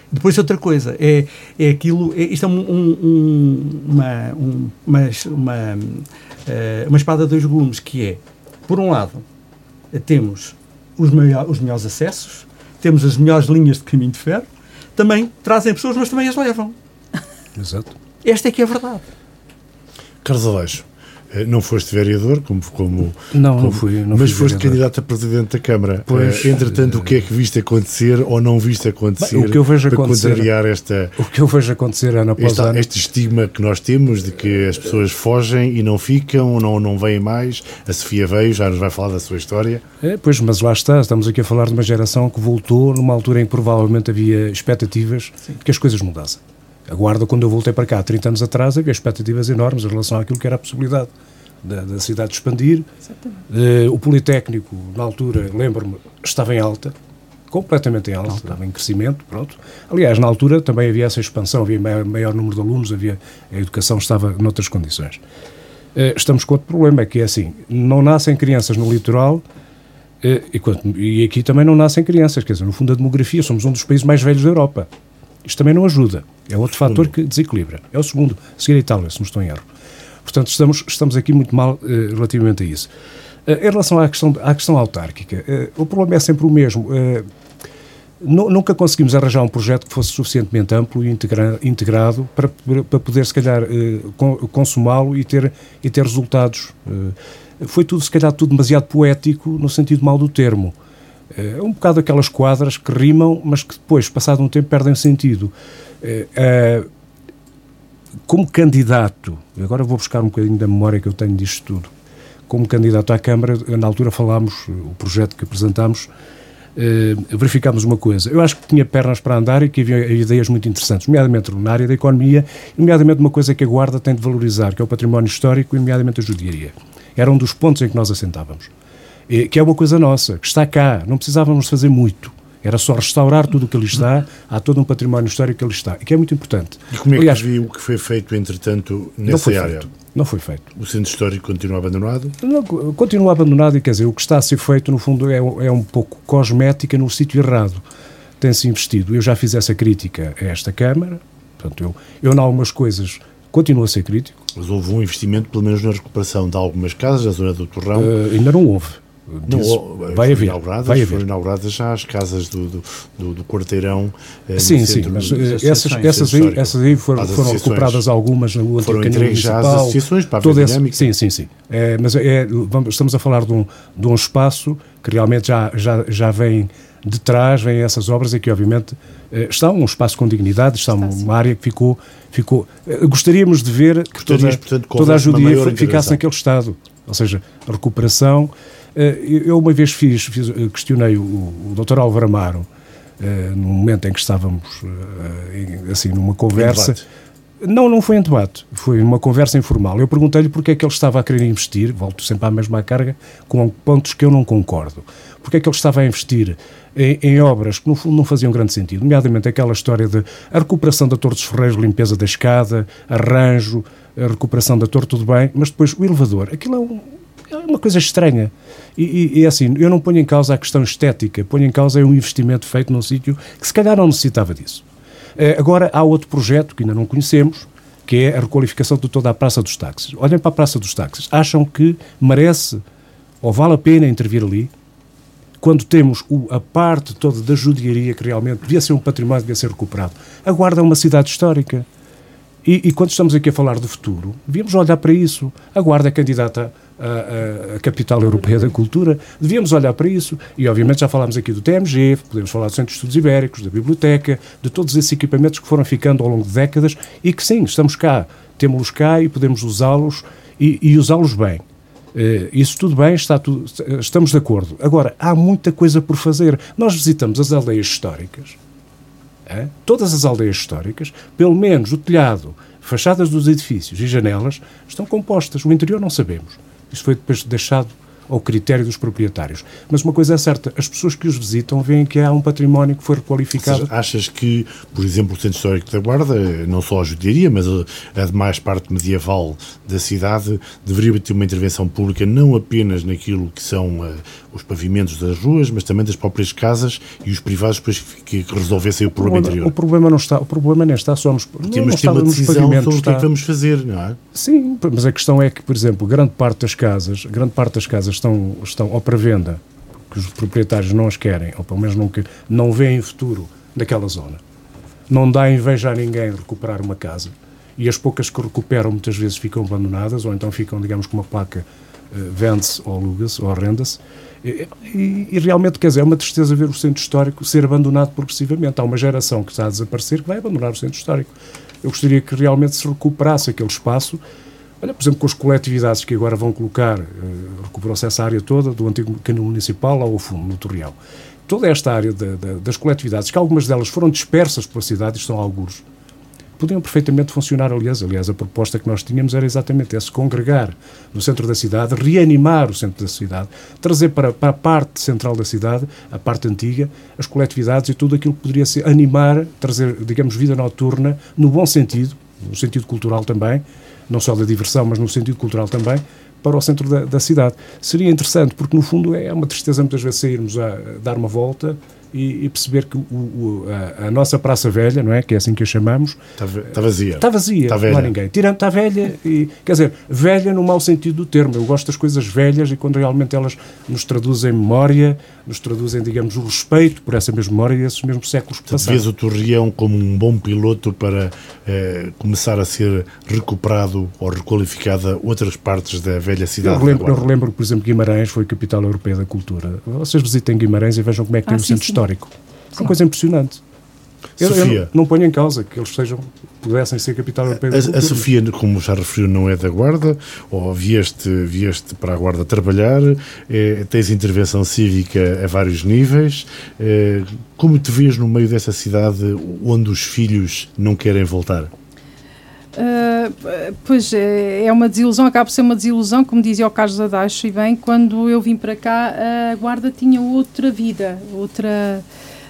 Depois outra coisa, é, é aquilo, é, isto é um, um, uma, um, uma, uma, uma espada de dois gumes, que é, por um lado, temos os, maior, os melhores acessos, temos as melhores linhas de caminho de ferro, também trazem pessoas, mas também as levam. Exato. Esta é que é a verdade. Carlos Aleixo, não foste vereador, como, como, não, como não fui, não mas fui foste vereador. candidato a presidente da Câmara. Pois, Entretanto, uh, o que é que viste acontecer ou não viste acontecer bem, o que eu vejo para acontecer, contrariar esta, o que eu vejo acontecer ano após esta, ano, este estigma que nós temos de que as pessoas fogem e não ficam, não, não vêm mais? A Sofia veio, já nos vai falar da sua história. É, pois, mas lá está, estamos aqui a falar de uma geração que voltou numa altura em que provavelmente havia expectativas Sim. de que as coisas mudassem. A Guarda, quando eu voltei para cá há trinta anos atrás, havia expectativas enormes em relação àquilo que era a possibilidade da, da cidade expandir. Uh, o Politécnico, na altura, lembro-me, estava em alta, completamente em alta, alta, estava em crescimento, pronto. Aliás, na altura também havia essa expansão, havia maior, maior número de alunos, havia, a educação estava noutras condições. Uh, estamos com outro problema, é que é assim, não nascem crianças no litoral, uh, e, e aqui também não nascem crianças, quer dizer, no fundo a demografia, somos um dos países mais velhos da Europa. Isto também não ajuda, é outro fator que desequilibra. É o segundo, a seguir a Itália, se não estou em erro. Portanto, estamos, estamos aqui muito mal uh, relativamente a isso. Uh, em relação à questão, à questão autárquica, uh, o problema é sempre o mesmo. Uh, nunca conseguimos arranjar um projeto que fosse suficientemente amplo e integra, integrado para, para poder, se calhar, uh, consumá-lo e ter, e ter resultados. Uh, foi tudo, se calhar, tudo demasiado poético, no sentido mau do termo. É um bocado aquelas quadras que rimam, mas que depois, passado um tempo, perdem sentido. É, como candidato, agora vou buscar um bocadinho da memória que eu tenho disto tudo, como candidato à Câmara, na altura falámos, o projeto que apresentámos, é, verificámos uma coisa. Eu acho que tinha pernas para andar e que havia ideias muito interessantes, nomeadamente na área da economia, nomeadamente uma coisa que a Guarda tem de valorizar, que é o património histórico e nomeadamente a judiaria. Era um dos pontos em que nós assentávamos. Que é uma coisa nossa, que está cá, não precisávamos fazer muito, era só restaurar tudo o que ali está, há todo um património histórico que ali está, e que é muito importante. E como é que Aliás, viu o que foi feito, entretanto, nessa não foi área? Feito, não foi feito. O centro histórico continua abandonado? Não, continua abandonado, e quer dizer, o que está a ser feito, no fundo, é, é um pouco cosmética no sítio errado. Tem-se investido, eu já fiz essa crítica a esta Câmara, portanto, eu, eu em algumas coisas continuo a ser crítico. Mas houve um investimento, pelo menos na recuperação de algumas casas, na zona do Torrão? Uh, ainda não houve. Não, vai haver, inauguradas, vai haver. Foram inauguradas já as casas do, do, do, do Quarteirão. Eh, sim, sim, mas essas, essas, aí, essas aí foram, foram recuperadas algumas no antigo foram canhão municipal. Foram entregues já às associações para a vida dinâmica. Sim, sim, sim. É, mas é, vamos, estamos a falar de um, de um espaço que realmente já, já, já vem de trás, vêm essas obras e que obviamente está um espaço com dignidade, está, está uma sim. área que ficou... ficou gostaríamos de ver que toda, portanto, toda a judia ficasse naquele estado. Ou seja, a recuperação... Eu uma vez fiz, fiz questionei o, o doutor Álvaro Amaro, uh, no momento em que estávamos uh, em, assim numa conversa. Não, não foi em debate, foi uma conversa informal. Eu perguntei-lhe porque é que ele estava a querer investir, volto sempre à mesma carga, com pontos que eu não concordo. Porque é que ele estava a investir em, em obras que no fundo não faziam grande sentido, nomeadamente aquela história de a recuperação da Torre dos Ferreiros, limpeza da escada, arranjo, a recuperação da torre, tudo bem, mas depois o elevador, aquilo é um... É uma coisa estranha. E, e, e assim, eu não ponho em causa a questão estética, ponho em causa um investimento feito num sítio que se calhar não necessitava disso. Uh, agora, há outro projeto que ainda não conhecemos, que é a requalificação de toda a Praça dos Táxis. Olhem para a Praça dos Táxis. Acham que merece ou vale a pena intervir ali, quando temos o, a parte toda da judiaria que realmente devia ser um património, devia ser recuperado. A Guarda é uma cidade histórica. E, e quando estamos aqui a falar do futuro, devíamos olhar para isso. A Guarda é candidata a, a, a Capital Europeia da Cultura, devíamos olhar para isso. E, obviamente, já falámos aqui do T M G, podemos falar do Centro de Estudos Ibéricos, da Biblioteca, de todos esses equipamentos que foram ficando ao longo de décadas e que, sim, estamos cá, temos-los cá e podemos usá-los e, e usá-los bem. Uh, isso tudo bem, está tudo, estamos de acordo. Agora, há muita coisa por fazer. Nós visitamos as aldeias históricas, é? Todas as aldeias históricas, pelo menos o telhado, fachadas dos edifícios e janelas estão compostas. O interior não sabemos. Isso foi depois deixado ao critério dos proprietários. Mas uma coisa é certa, as pessoas que os visitam veem que há um património que foi requalificado. Ou seja, achas que, por exemplo, o Centro Histórico da Guarda, não só a judiaria, mas a demais parte medieval da cidade, deveria ter uma intervenção pública não apenas naquilo que são uh, os pavimentos das ruas, mas também das próprias casas e os privados depois que, que resolvessem o problema interior? O problema não está, o problema nem está só nos, temos de ter uma decisão sobre o que é que vamos fazer, não é? Sim, mas a questão é que, por exemplo, grande parte das casas, grande parte das casas estão, estão ou para venda, porque os proprietários não as querem, ou pelo menos não, não veem futuro naquela zona. Não dá inveja a ninguém recuperar uma casa, e as poucas que recuperam muitas vezes ficam abandonadas, ou então ficam, digamos, com uma placa uh, vende-se ou aluga-se ou arrenda-se. E, e, e realmente, quer dizer, é uma tristeza ver o centro histórico ser abandonado progressivamente. Há uma geração que está a desaparecer que vai abandonar o centro histórico. Eu gostaria que realmente se recuperasse aquele espaço. Olha, por exemplo, com as coletividades que agora vão colocar, uh, recuperou-se essa área toda, do antigo canil municipal ao fundo, no Torreal. Toda esta área de, de, das coletividades, que algumas delas foram dispersas pela cidade, e estão algures, podiam perfeitamente funcionar, aliás. Aliás, a proposta que nós tínhamos era exatamente essa, congregar no centro da cidade, reanimar o centro da cidade, trazer para, para a parte central da cidade, a parte antiga, as coletividades e tudo aquilo que poderia ser animar, trazer, digamos, vida noturna, no bom sentido, no sentido cultural também, não só da diversão, mas no sentido cultural também, para o centro da, da cidade. Seria interessante, porque no fundo é uma tristeza muitas vezes sairmos a, a dar uma volta e, e perceber que o, o, a, a nossa Praça Velha, não é? Que é assim que a chamamos, está, está vazia. Está vazia, está não há ninguém. Tirando, está velha, e, quer dizer, velha no mau sentido do termo. Eu gosto das coisas velhas e quando realmente elas nos traduzem memória, nos traduzem, digamos, o respeito por essa mesma memória e esses mesmos séculos que passaram. Vês o Torreão como um bom piloto para eh, começar a ser recuperado ou requalificada outras partes da velha cidade? Eu relembro, eu relembro que, por exemplo, Guimarães foi capital europeia da cultura. Vocês visitem Guimarães e vejam como é que tem ah, o sim, centro sim. histórico. É Sim. uma coisa impressionante. Eu, eu Sofia. não, não ponho em causa que eles sejam, pudessem ser capital europeia da A, cultura. a Sofia, como já referiu, não é da Guarda, ou vieste, vieste para a Guarda trabalhar, é, tens intervenção cívica a vários níveis. É, como te vês no meio dessa cidade onde os filhos não querem voltar? Uh, pois é, é uma desilusão, acaba por ser uma desilusão, como dizia o Carlos Adacho, e bem, quando eu vim para cá, a Guarda tinha outra vida, outra...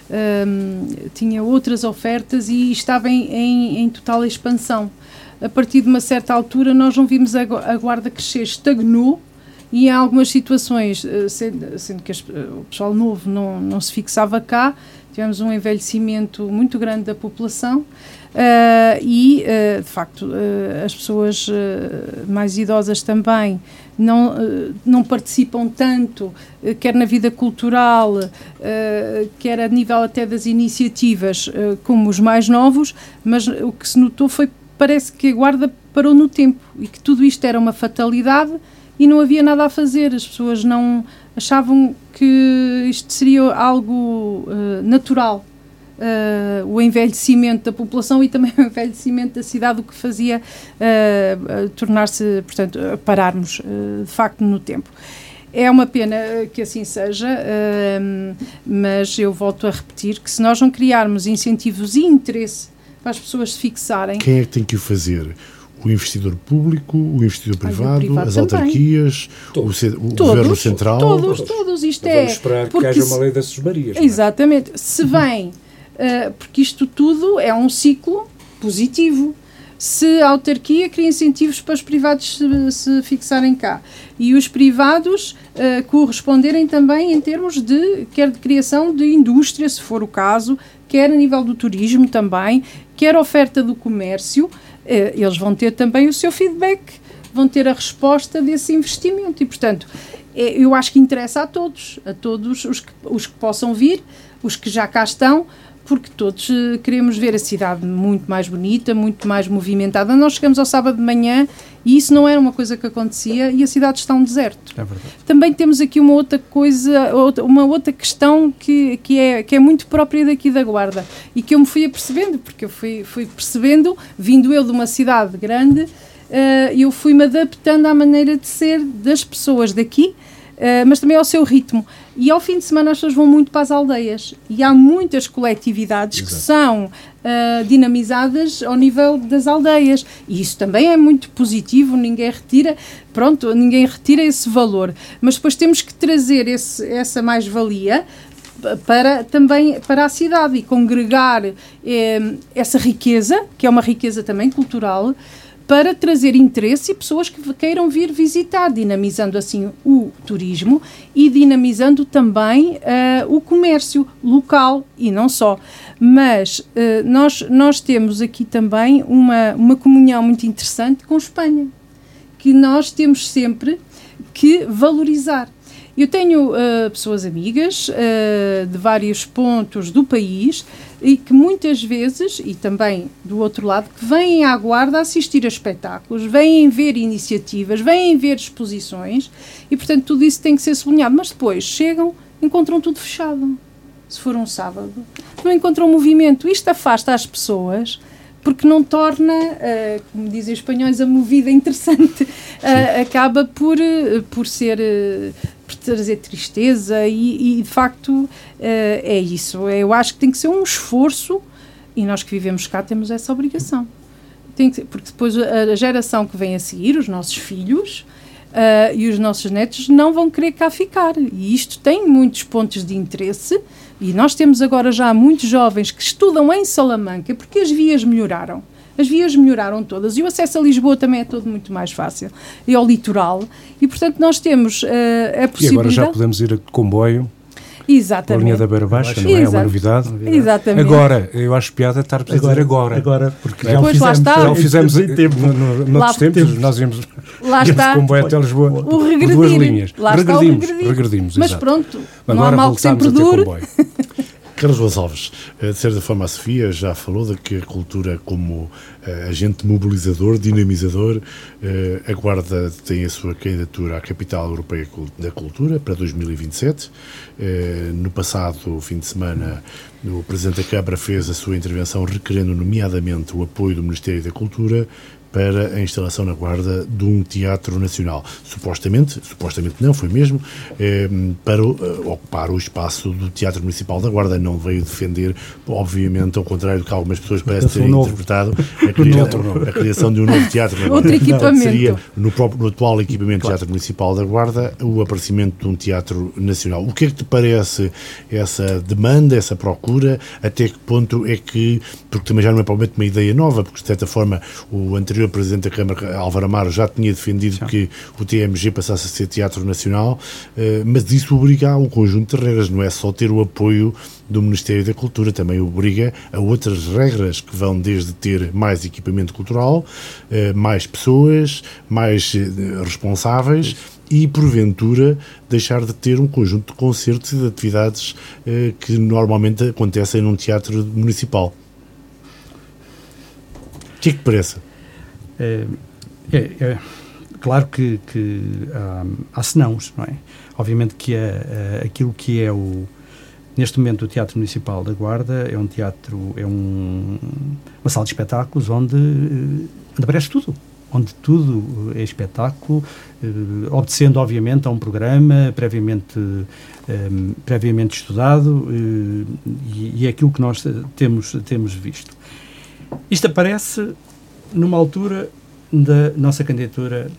Um, tinha outras ofertas e estava em, em, em total expansão. A partir de uma certa altura nós não vimos a, a Guarda crescer, estagnou e em algumas situações, sendo, sendo que as, o pessoal novo não, não se fixava cá, tivemos um envelhecimento muito grande da população. Uh, e, uh, de facto, uh, as pessoas uh, mais idosas também não, uh, não participam tanto, uh, quer na vida cultural, uh, quer a nível até das iniciativas, uh, como os mais novos, mas o que se notou foi que parece que a Guarda parou no tempo e que tudo isto era uma fatalidade e não havia nada a fazer. As pessoas não achavam que isto seria algo uh, natural. Uh, o envelhecimento da população e também o envelhecimento da cidade, o que fazia uh, uh, tornar-se, portanto, uh, pararmos uh, de facto no tempo. É uma pena que assim seja, uh, mas eu volto a repetir que se nós não criarmos incentivos e interesse para as pessoas se fixarem... Quem é que tem que o fazer? O investidor público, o investidor privado, Ai, o privado as também. autarquias, Todos. o, o todos, governo central? Todos, todos, isto Vamos é... esperar porque que haja se, uma lei das susmarias. exatamente. Se vem, uh, porque isto tudo é um ciclo positivo. Se a autarquia cria incentivos para os privados se, se fixarem cá e os privados uh, corresponderem também em termos de, quer de criação de indústria, se for o caso, quer a nível do turismo também, quer a oferta do comércio, uh, eles vão ter também o seu feedback, vão ter a resposta desse investimento e, portanto, é, eu acho que interessa a todos, a todos os que, os que possam vir, os que já cá estão, porque todos uh, queremos ver a cidade muito mais bonita, muito mais movimentada. Nós chegamos ao sábado de manhã e isso não era uma coisa que acontecia e a cidade está um deserto. É verdade. Também temos aqui uma outra coisa, outra, uma outra questão que, que, é, que é muito própria daqui da Guarda e que eu me fui apercebendo, porque eu fui, fui percebendo, vindo eu de uma cidade grande, uh, eu fui-me adaptando à maneira de ser das pessoas daqui, Uh, mas também ao seu ritmo. E ao fim de semana as pessoas vão muito para as aldeias. E há muitas coletividades Exato. que são uh, dinamizadas ao nível das aldeias. E isso também é muito positivo, ninguém retira, pronto, ninguém retira esse valor. Mas depois temos que trazer esse, essa mais-valia para, também para a cidade e congregar eh, essa riqueza, que é uma riqueza também cultural, para trazer interesse e pessoas que queiram vir visitar, dinamizando assim o turismo e dinamizando também uh, o comércio local e não só. Mas uh, nós, nós temos aqui também uma, uma comunhão muito interessante com Espanha, que nós temos sempre que valorizar. Eu tenho uh, pessoas amigas uh, de vários pontos do país e que muitas vezes, e também do outro lado, que vêm à Guarda assistir a espetáculos, vêm ver iniciativas, vêm ver exposições e, portanto, tudo isso tem que ser sublinhado. Mas depois chegam, encontram tudo fechado. Se for um sábado, não encontram movimento. Isto afasta as pessoas porque não torna, uh, como dizem os espanhóis, a movida interessante. Uh, acaba por, uh, por ser... Uh, por trazer tristeza e, e de facto uh, é isso. Eu acho que tem que ser um esforço e nós que vivemos cá temos essa obrigação. Tem que, porque depois a, a geração que vem a seguir, os nossos filhos uh, e os nossos netos não vão querer cá ficar. E isto tem muitos pontos de interesse e nós temos agora já muitos jovens que estudam em Salamanca porque as vias melhoraram. As vias melhoraram todas e o acesso a Lisboa também é todo muito mais fácil. E ao litoral. E, portanto, nós temos uh, a possibilidade... E agora já podemos ir a comboio. Exatamente. A linha da Beira Baixa, não é? É uma novidade. Exatamente. Agora, eu acho piada estar a dizer agora. Agora, porque é. já o fizemos, já o fizemos em tempo. No, no, noutros tempos, tempos, nós íamos, lá íamos está. de comboio até Lisboa. O regredir. Duas linhas. Lá regredimos, está o regredimos. Mas exato. pronto, agora não há mal que sempre dure. Carlos Gonçalves, de certa forma a Sofia já falou de que a cultura como uh, agente mobilizador, dinamizador, uh, a Guarda tem a sua candidatura à Capital Europeia da Cultura para dois mil e vinte e sete. Uh, no passado fim de semana, o Presidente da Câmara fez a sua intervenção requerendo nomeadamente o apoio do Ministério da Cultura para a instalação na Guarda de um teatro nacional. Supostamente, supostamente não, foi mesmo, eh, para uh, ocupar o espaço do Teatro Municipal da Guarda. Não veio defender, obviamente, ao contrário do que algumas pessoas parecem terem um interpretado, a, cria a criação de um novo teatro na Guarda. Outro equipamento. Seria, no, próprio, no atual equipamento do Teatro Municipal da Guarda, o aparecimento de um teatro nacional. O que é que te parece essa demanda, essa procura? Até que ponto é que, porque também já não é provavelmente uma ideia nova, porque de certa forma o anterior o Presidente da Câmara, Álvaro Amaro, já tinha defendido Sim. que o T M G passasse a ser Teatro Nacional, mas isso obriga a um conjunto de regras, não é só ter o apoio do Ministério da Cultura, também obriga a outras regras que vão desde ter mais equipamento cultural, mais pessoas, mais responsáveis e, porventura, deixar de ter um conjunto de concertos e de atividades que normalmente acontecem num teatro municipal. O que é que parece? É, é, é claro que, que há, há senãos, não é? Obviamente que é, é, aquilo que é o, neste momento o Teatro Municipal da Guarda é um teatro, é um, uma sala de espetáculos onde, onde aparece tudo, onde tudo é espetáculo, eh, obedecendo obviamente a um programa previamente, eh, previamente estudado eh, e, e é aquilo que nós temos, temos visto. Isto aparece numa altura da nossa candidatura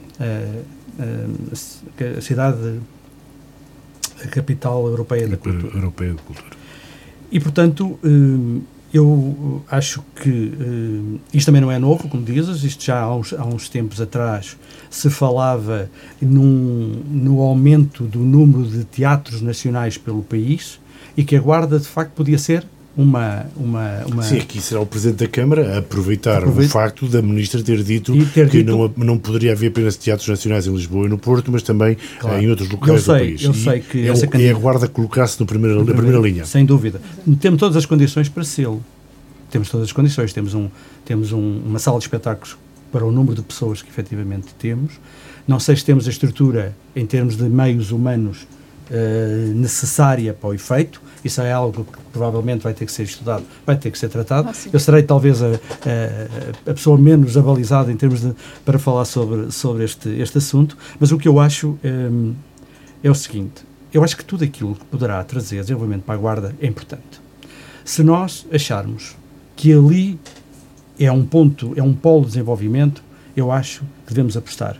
à, à cidade, a capital europeia da cultura. Europeia da cultura. E, portanto, eu acho que isto também não é novo, como dizes, isto já há uns, há uns tempos atrás se falava num, no aumento do número de teatros nacionais pelo país e que a Guarda, de facto, podia ser Uma, uma, uma... Sim, aqui será o Presidente da Câmara a aproveitar Aproveita. o facto da Ministra ter dito ter que dito... Não, não poderia haver apenas teatros nacionais em Lisboa e no Porto, mas também claro. em outros locais eu sei, do país. Eu sei que é, essa é candidata... a Guarda colocar-se na primeira, na primeira linha. Sem dúvida. Temos todas as condições para sê-lo. Temos todas as condições. Temos, um, temos um, uma sala de espetáculos para o número de pessoas que efetivamente temos. Não sei se temos a estrutura em termos de meios humanos Uh, necessária para o efeito. Isso é algo que provavelmente vai ter que ser estudado, vai ter que ser tratado. Ah, eu serei talvez a, a, a pessoa menos avalizada em termos de, para falar sobre, sobre este, este assunto, mas o que eu acho um, é o seguinte, eu acho que tudo aquilo que poderá trazer desenvolvimento para a Guarda é importante. Se nós acharmos que ali é um ponto, é um polo de desenvolvimento, eu acho que devemos apostar.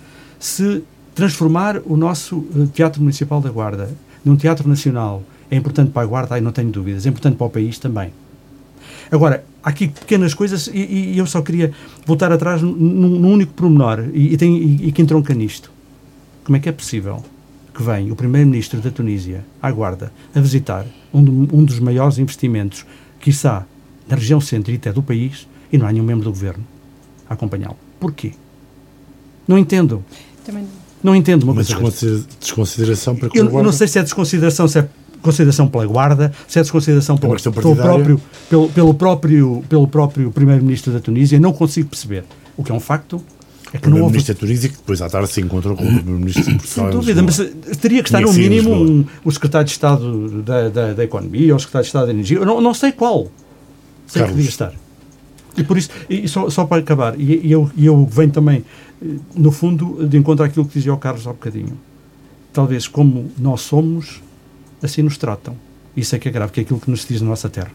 Se transformar o nosso Teatro Municipal da Guarda num teatro nacional é importante para a Guarda, aí não tenho dúvidas, é importante para o país também. Agora, há aqui pequenas coisas e, e eu só queria voltar atrás num, num único pormenor e, e, tem, e, e que entronca nisto. Como é que é possível que vem o primeiro-ministro da Tunísia à Guarda a visitar um, de, um dos maiores investimentos, quiçá, na região centro e até do país, e não há nenhum membro do governo a acompanhá-lo? Porquê? Não entendo. Também não entendo uma, uma coisa desconsidera- desconsideração para com eu, a Guarda? Eu não sei se é desconsideração, se é consideração pela Guarda, se é desconsideração pelo, é pelo, próprio, pelo, pelo, próprio, pelo próprio primeiro-ministro da Tunísia. Não consigo perceber. O que é um facto é que o não houve... primeiro-ministro da Tunísia, que depois à tarde se encontrou com o primeiro-ministro de Portugal. Sem dúvida, mas teria que estar no mínimo um, o secretário de Estado da, da, da Economia ou o secretário de Estado da Energia. Eu não, não sei qual. Sei que devia estar. E por isso, e só, só para acabar, e, e eu, eu venho também, no fundo, de encontro àquilo que dizia o Carlos há bocadinho. Talvez como nós somos, assim nos tratam. Isso é que é grave, que é aquilo que nos diz na nossa terra.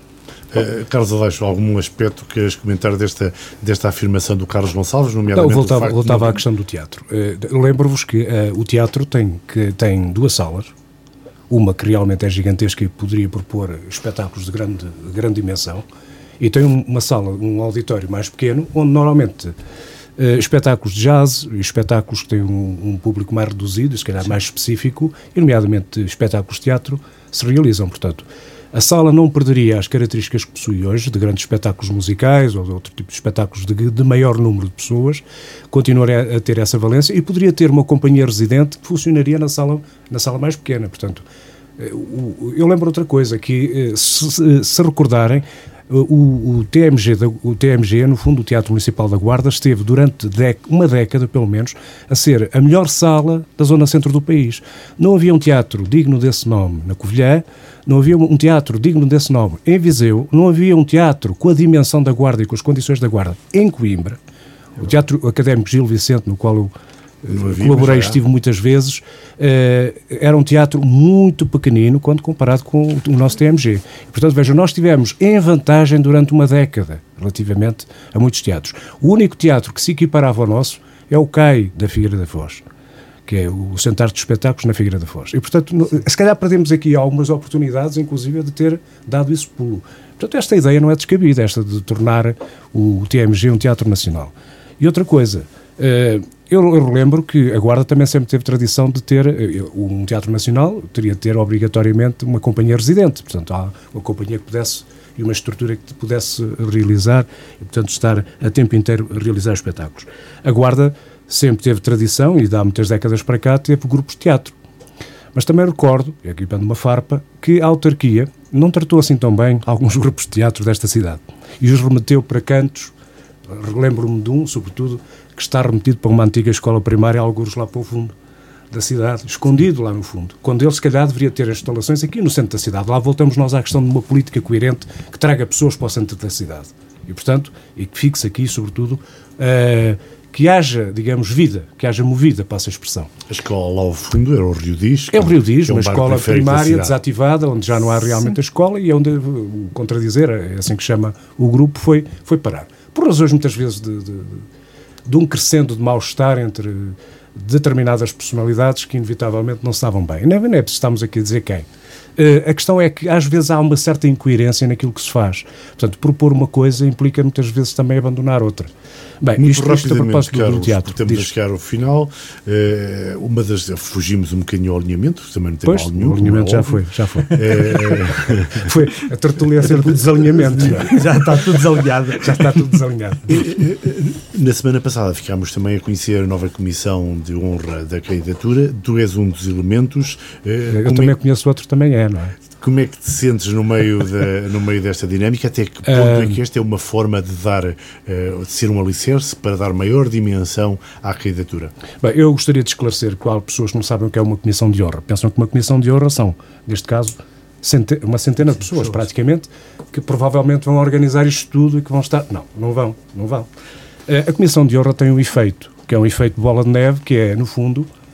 Uh, Carlos Aleixo, algum aspecto que queres comentar desta, desta afirmação do Carlos Gonçalves, nomeadamente Não, voltava, o facto voltava de... à questão do teatro. Uh, lembro-vos que uh, o teatro tem, que, tem duas salas, uma que realmente é gigantesca e poderia propor espetáculos de grande, de grande dimensão, e tem uma sala, um auditório mais pequeno, onde normalmente uh, espetáculos de jazz, espetáculos que têm um, um público mais reduzido, se calhar mais específico, e nomeadamente espetáculos de teatro, se realizam. Portanto, a sala não perderia as características que possui hoje, de grandes espetáculos musicais ou de outro tipo de espetáculos de, de maior número de pessoas, continuaria a ter essa valência e poderia ter uma companhia residente que funcionaria na sala, na sala mais pequena. Portanto, eu lembro outra coisa, que se, se recordarem, O, o, T M G, o T M G, no fundo, o Teatro Municipal da Guarda, esteve durante dec, uma década, pelo menos, a ser a melhor sala da zona centro do país. Não havia um teatro digno desse nome na Covilhã, não havia um teatro digno desse nome em Viseu, não havia um teatro com a dimensão da Guarda e com as condições da Guarda em Coimbra. O Teatro Académico Gil Vicente, no qual eu havia, colaborei, estive muitas vezes, uh, era um teatro muito pequenino quando comparado com o, o nosso T M G. E, portanto, vejam, nós tivemos em vantagem durante uma década, relativamente a muitos teatros. O único teatro que se equiparava ao nosso é o C A I da Figueira da Foz, que é o Centro de Espetáculos na Figueira da Foz. E, portanto, no, se calhar perdemos aqui algumas oportunidades, inclusive, de ter dado isso pulo. Portanto, esta ideia não é descabida, esta de tornar o T M G um teatro nacional. E outra coisa, uh, eu, eu lembro que a Guarda também sempre teve tradição de ter, uh, um teatro nacional teria de ter obrigatoriamente uma companhia residente, portanto, há uma companhia que pudesse, e uma estrutura que pudesse realizar, e, portanto, estar a tempo inteiro a realizar espetáculos. A Guarda sempre teve tradição, e há muitas décadas para cá, teve grupos de teatro. Mas também recordo, e aqui pando uma farpa, que a autarquia não tratou assim tão bem alguns grupos de teatro desta cidade, e os remeteu para cantos. Lembro-me de um, sobretudo, que está remetido para uma antiga escola primária, alguns lá para o fundo da cidade, escondido lá no fundo, quando ele se calhar deveria ter as instalações aqui no centro da cidade. Lá voltamos nós à questão de uma política coerente que traga pessoas para o centro da cidade. E, portanto, e que fixe aqui, sobretudo, uh, que haja, digamos, vida, que haja movida, passa a expressão. A escola lá ao fundo era o Rio Diz. É o Rio Diz, é um uma escola primária da desativada, onde já não há realmente Sim. a escola, e onde, contradizer, é assim que chama o grupo, foi, foi parar. Por razões, muitas vezes, de, de, de um crescendo de mal-estar entre determinadas personalidades que, inevitavelmente, não estavam bem. Não é, não é estamos aqui a dizer quem. Uh, a questão é que, às vezes, há uma certa incoerência naquilo que se faz. Portanto, propor uma coisa implica, muitas vezes, também abandonar outra. Bem, Muito isto, isto a propósito Carlos, do teatro. Estamos a chegar ao final. Uh, uma das... Fugimos um bocadinho ao alinhamento, também não tem pois, mal nenhum. O alinhamento já foi, já foi. Uh, foi a tertulia sempre o desalinhamento. Já está tudo desalinhado. Já está tudo desalinhado. Na semana passada ficámos também a conhecer a nova comissão de honra da candidatura. Tu és um dos elementos. Uh, Eu também é... conheço outro, também é, não é? Como é que te sentes no meio, de, no meio desta dinâmica? Até que ponto uh, é que esta é uma forma de dar, uh, de ser um alicerce para dar maior dimensão à candidatura? Bem, eu gostaria de esclarecer que há pessoas que não sabem o que é uma comissão de honra. Pensam que uma comissão de honra são, neste caso, cente, uma centena de pessoas, pessoas, praticamente, que provavelmente vão organizar isto tudo e que vão estar... Não, não vão, não vão. Uh, a comissão de honra tem um efeito, que é um efeito de bola de neve, que é, no fundo,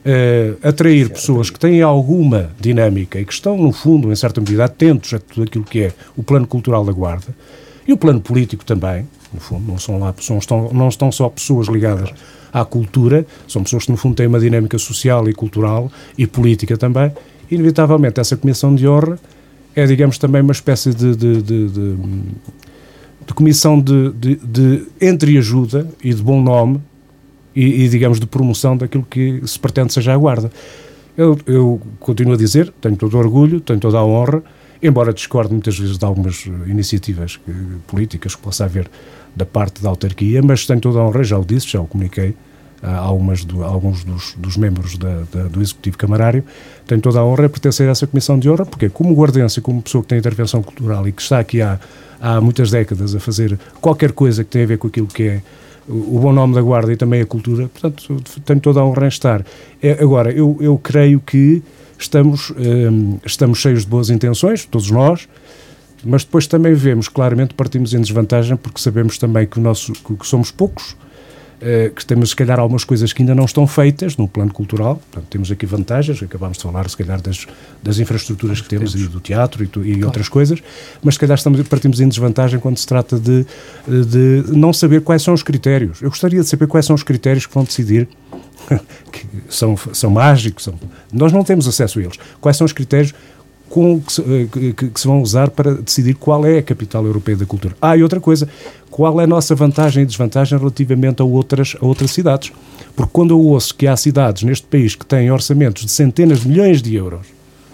uh, atrair pessoas que têm alguma dinâmica e que estão, no fundo, em certa medida, atentos a tudo aquilo que é o plano cultural da Guarda e o plano político também, no fundo, não são lá, não estão, não estão só pessoas ligadas à cultura, são pessoas que, no fundo, têm uma dinâmica social e cultural e política também. Inevitavelmente, essa comissão de honra é, digamos, também uma espécie de, de, de, de, de comissão de, de, de entreajuda e de bom nome e, e, digamos, de promoção daquilo que se pretende seja a Guarda. Eu, eu continuo a dizer, tenho todo o orgulho, tenho toda a honra, embora discorde muitas vezes de algumas iniciativas que, políticas que possa haver da parte da autarquia, mas tenho toda a honra, já o disse, já o comuniquei a, algumas do, a alguns dos, dos membros da, da, do Executivo Camarário, tenho toda a honra a pertencer a essa comissão de honra, porque como guardense, como pessoa que tem intervenção cultural e que está aqui há, há muitas décadas a fazer qualquer coisa que tenha a ver com aquilo que é o, o bom nome da Guarda e também a cultura, portanto, tenho toda a honra em estar. É, agora, eu, eu creio que estamos, um, estamos cheios de boas intenções, todos nós, mas depois também vemos, claramente, partimos em desvantagem, porque sabemos também que, o nosso, que somos poucos, uh, que temos, se calhar, algumas coisas que ainda não estão feitas no plano cultural. Portanto, temos aqui vantagens, acabámos de falar, se calhar, das, das infraestruturas que temos, temos e do teatro e, tu, e claro. outras coisas, mas, se calhar, estamos, partimos em desvantagem quando se trata de, de não saber quais são os critérios. Eu gostaria de saber quais são os critérios que vão decidir, que são, são mágicos, são, nós não temos acesso a eles. Quais são os critérios com, que, se, que, que se vão usar para decidir qual é a capital europeia da cultura? Ah, e outra coisa, qual é a nossa vantagem e desvantagem relativamente a outras, a outras cidades? Porque quando eu ouço que há cidades neste país que têm orçamentos de centenas de milhões de euros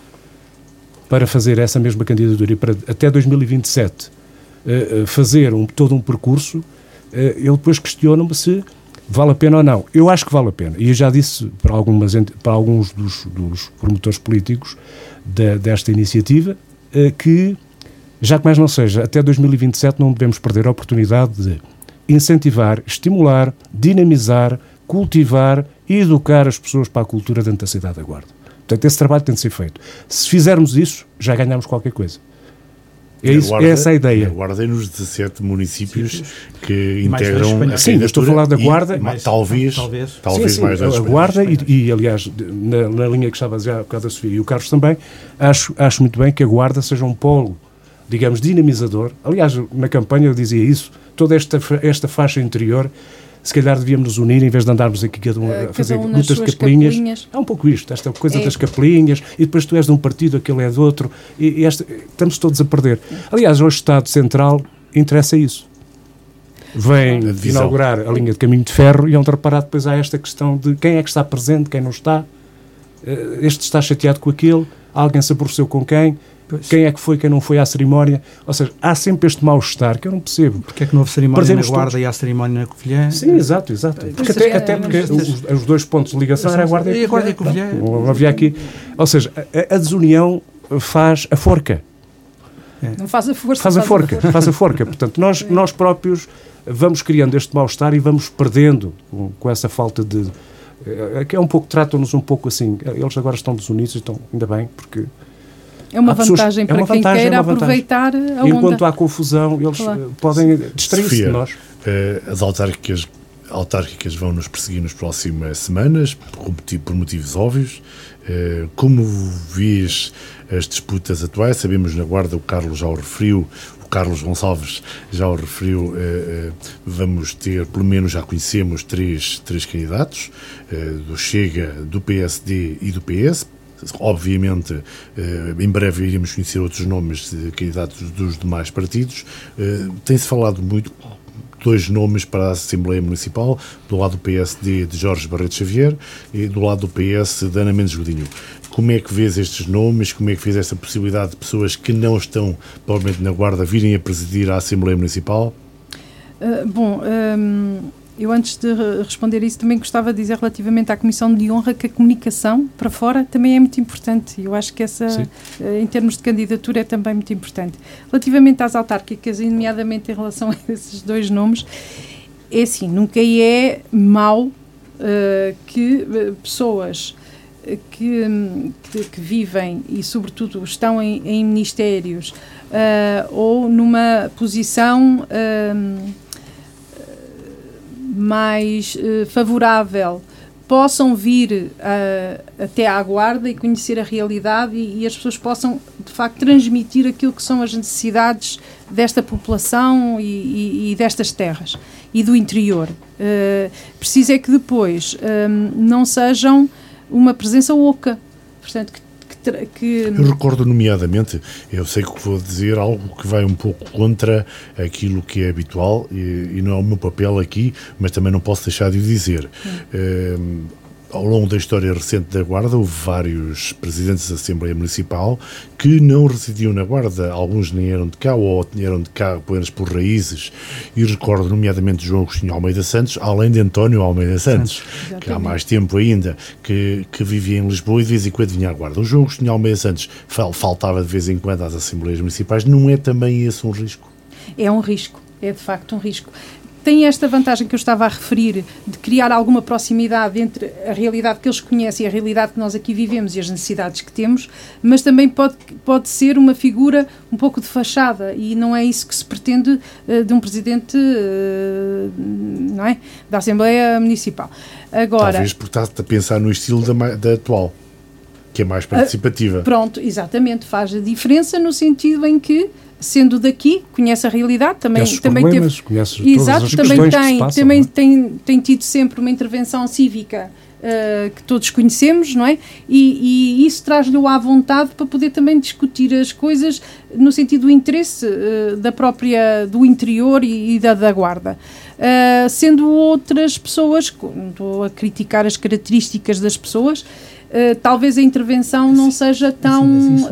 para fazer essa mesma candidatura e para até dois mil e vinte e sete uh, fazer um, todo um percurso, uh, eu depois questiono-me se vale a pena ou não. Eu acho que vale a pena. E eu já disse para, algumas, para alguns dos, dos promotores políticos de, desta iniciativa eh, que, já que mais não seja, até dois mil e vinte e sete não devemos perder a oportunidade de incentivar, estimular, dinamizar, cultivar e educar as pessoas para a cultura dentro da cidade da Guarda. Portanto, esse trabalho tem de ser feito. Se fizermos isso, já ganhamos qualquer coisa. É, isso, Guarda, é essa a ideia. A Guarda é nos dezassete municípios sim, que integram a Sim, eu estou a falar da Guarda. Mais, talvez, talvez, talvez sim, sim, mais a Guarda e, e, aliás, na, na linha que estava já a bocado da Sofia e o Carlos também, acho, acho muito bem que a Guarda seja um polo, digamos, dinamizador. Aliás, na campanha eu dizia isso, toda esta, esta faixa interior, se calhar devíamos nos unir, em vez de andarmos aqui cada um a cada fazer um lutas de capelinhas. capelinhas. É um pouco isto, esta coisa é. das capelinhas, e depois tu és de um partido, aquele é de outro, e, e esta, estamos todos a perder. Aliás, hoje o Estado Central interessa isso. Vem a inaugurar a linha de caminho de ferro e onde reparar depois há esta questão de quem é que está presente, quem não está, este está chateado com aquele, alguém se aborreceu com quem, pois. Quem é que foi, quem não foi à cerimónia. Ou seja, há sempre este mal-estar que eu não percebo. Porque é que não houve cerimónia na Guarda e há cerimónia na Covilhã? Sim, exato, exato. Porque até, até porque os, os dois pontos de ligação era a Guarda e a Covilhã. Covilhã. Não, não havia aqui. Ou seja, a, a desunião faz a forca. É. Não faz a força. Faz a forca, faz a, faz a forca. Portanto, nós, é. nós próprios vamos criando este mal-estar e vamos perdendo com, com essa falta de... que é um pouco, tratam-nos um pouco assim. Eles agora estão desunidos e estão, ainda bem, porque... É uma vantagem pessoas, para é uma quem vantagem, queira é aproveitar a onda. Enquanto há confusão, eles claro. podem distrair-se de nós. As autárquicas, autárquicas vão nos perseguir nas próximas semanas, por motivos óbvios. Como vês as disputas atuais? Sabemos na Guarda, o Carlos já o referiu, o Carlos Gonçalves já o referiu, vamos ter, pelo menos já conhecemos, três, três candidatos, do Chega, do P S D e do P S. Obviamente, em breve iremos conhecer outros nomes de candidatos dos demais partidos. Tem-se falado muito, dois nomes para a Assembleia Municipal, do lado do P S D de Jorge Barreto Xavier e do lado do P S de Ana Mendes Godinho. Como é que vês estes nomes? Como é que vês esta possibilidade de pessoas que não estão, provavelmente, na Guarda virem a presidir a Assembleia Municipal? Uh, bom... Um... Eu, antes de responder isso, também gostava de dizer relativamente à Comissão de Honra que a comunicação para fora também é muito importante. Eu acho que essa, Sim. em termos de candidatura, é também muito importante. Relativamente às autárquicas, e nomeadamente em relação a esses dois nomes, é assim, nunca é mau uh, que uh, pessoas que, que, que vivem e, sobretudo, estão em, em ministérios uh, ou numa posição... Uh, mais uh, favorável possam vir uh, até à Guarda e conhecer a realidade e, e as pessoas possam, de facto, transmitir aquilo que são as necessidades desta população e, e, e destas terras e do interior. Uh, preciso é que depois um, não sejam uma presença oca, portanto, que Que... Eu recordo nomeadamente, eu sei que vou dizer algo que vai um pouco contra aquilo que é habitual e, e não é o meu papel aqui, mas também não posso deixar de o dizer. Um, ao longo da história recente da Guarda, houve vários presidentes da Assembleia Municipal que não residiam na Guarda, alguns nem eram de cá ou eram de cá apenas por raízes, e recordo nomeadamente João Agostinho Almeida Santos, além de António Almeida Santos, Santos. que há mais tempo ainda, que, que vivia em Lisboa e de vez em quando vinha à Guarda. O João Agostinho Almeida Santos faltava de vez em quando às Assembleias Municipais. Não é também esse um risco? É um risco, é de facto um risco. Tem esta vantagem que eu estava a referir de criar alguma proximidade entre a realidade que eles conhecem e a realidade que nós aqui vivemos e as necessidades que temos, mas também pode, pode ser uma figura um pouco de fachada e não é isso que se pretende uh, de um presidente uh, não é? Da Assembleia Municipal. Agora, talvez porque está a pensar no estilo da, da atual, que é mais participativa. Uh, pronto, exatamente, faz a diferença no sentido em que sendo daqui, conhece a realidade, também, também teve, conhece exato, todas as também questões tem, que se passam, também não é? tem, tem tido sempre uma intervenção cívica uh, que todos conhecemos, não é? E, e isso traz-lhe à vontade para poder também discutir as coisas no sentido do interesse uh, da própria, do interior e, e da, da Guarda. Uh, sendo outras pessoas, não estou a criticar as características das pessoas, Uh, talvez a intervenção não seja tão, um,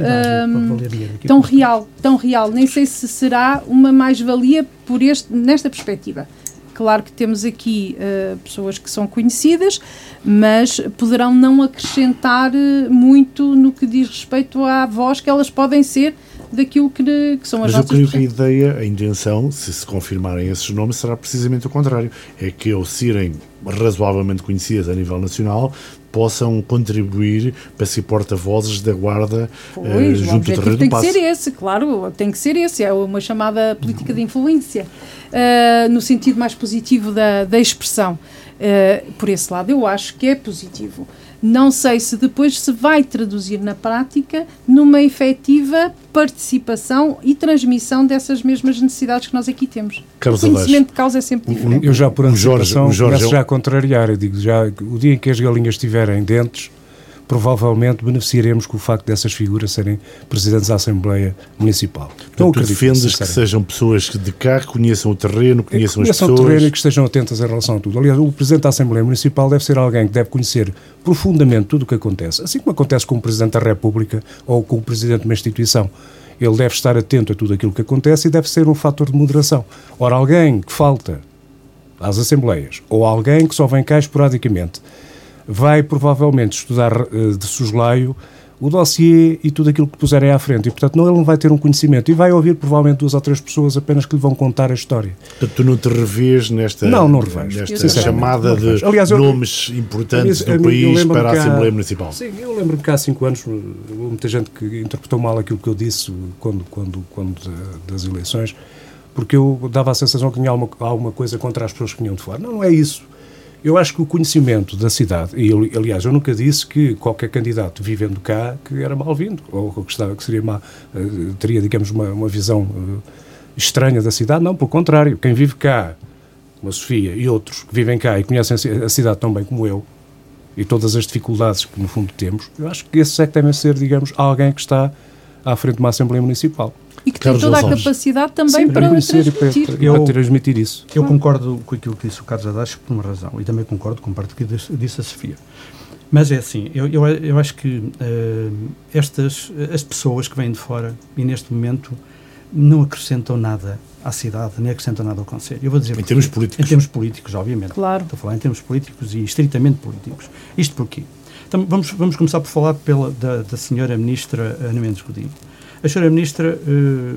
tão real, tão real. Nem sei se será uma mais-valia por este, nesta perspectiva. Claro que temos aqui uh, pessoas que são conhecidas, mas poderão não acrescentar uh, muito no que diz respeito à voz que elas podem ser daquilo que, que são as mas nossas... Mas eu creio que a ideia, a intenção, se se confirmarem esses nomes, será precisamente o contrário. É que, ao serem razoavelmente conhecidas a nível nacional, possam contribuir para ser porta-vozes da Guarda pois, uh, junto do Rei do tem Paço. Tem que ser esse, claro, tem que ser esse. É uma chamada política de influência, uh, no sentido mais positivo da, da expressão. Uh, por esse lado, eu acho que é positivo. Não sei se depois se vai traduzir na prática numa efetiva participação e transmissão dessas mesmas necessidades que nós aqui temos. Carlos o conhecimento de causa é sempre diferente. Eu já por antecipação o Jorge, começo já a contrariar. Eu digo, já, o dia em que as galinhas tiverem dentes, provavelmente beneficiaremos com o facto dessas figuras serem presidentes da Assembleia Municipal. Então, tu defendes que sejam pessoas de cá, que conheçam o terreno, que conheçam, que as pessoas... o terreno e que estejam atentas em relação a tudo. Aliás, o presidente da Assembleia Municipal deve ser alguém que deve conhecer profundamente tudo o que acontece, assim como acontece com o Presidente da República ou com o Presidente de uma instituição. Ele deve estar atento a tudo aquilo que acontece e deve ser um fator de moderação. Ora, alguém que falta às Assembleias ou alguém que só vem cá esporadicamente vai provavelmente estudar uh, de soslaio o dossiê e tudo aquilo que puserem à frente e, portanto, não, ele não vai ter um conhecimento e vai ouvir provavelmente duas ou três pessoas apenas que lhe vão contar a história. Portanto, tu não te revês nesta, não, não revejo, nesta chamada de Aliás, eu, nomes importantes eu, eu, do país para a Assembleia há, Municipal? Sim, eu lembro-me que há cinco anos muita gente que interpretou mal aquilo que eu disse quando, quando, quando das eleições, porque eu dava a sensação que tinha alguma, alguma coisa contra as pessoas que vinham de fora. Não, não é isso. Eu acho que o conhecimento da cidade, e eu, aliás, eu nunca disse que qualquer candidato vivendo cá que era mal-vindo, ou que, estava, que seria má, uh, teria, digamos, uma, uma visão uh, estranha da cidade. Não, pelo contrário, quem vive cá, como a Sofia e outros que vivem cá e conhecem a cidade tão bem como eu, e todas as dificuldades que no fundo temos, eu acho que esse é que deve ser, digamos, alguém que está à frente de uma Assembleia Municipal. E que tem Carlos toda a Gonçalves. capacidade também Sim, para, para transmitir. Para, para, para transmitir isso. Eu concordo com aquilo que disse o Carlos Adares por uma razão, e também concordo com parte que disse a Sofia. Mas é assim, eu, eu, eu acho que uh, estas as pessoas que vêm de fora e neste momento não acrescentam nada à cidade, nem acrescentam nada ao Conselho. Eu vou dizer em termos políticos. Em termos políticos, obviamente. Claro. Estou a falar em termos políticos e estritamente políticos. Isto porquê? Então, vamos, vamos começar por falar pela, da, da senhora Ministra Ana Mendes Godinho. A senhora Ministra, uh,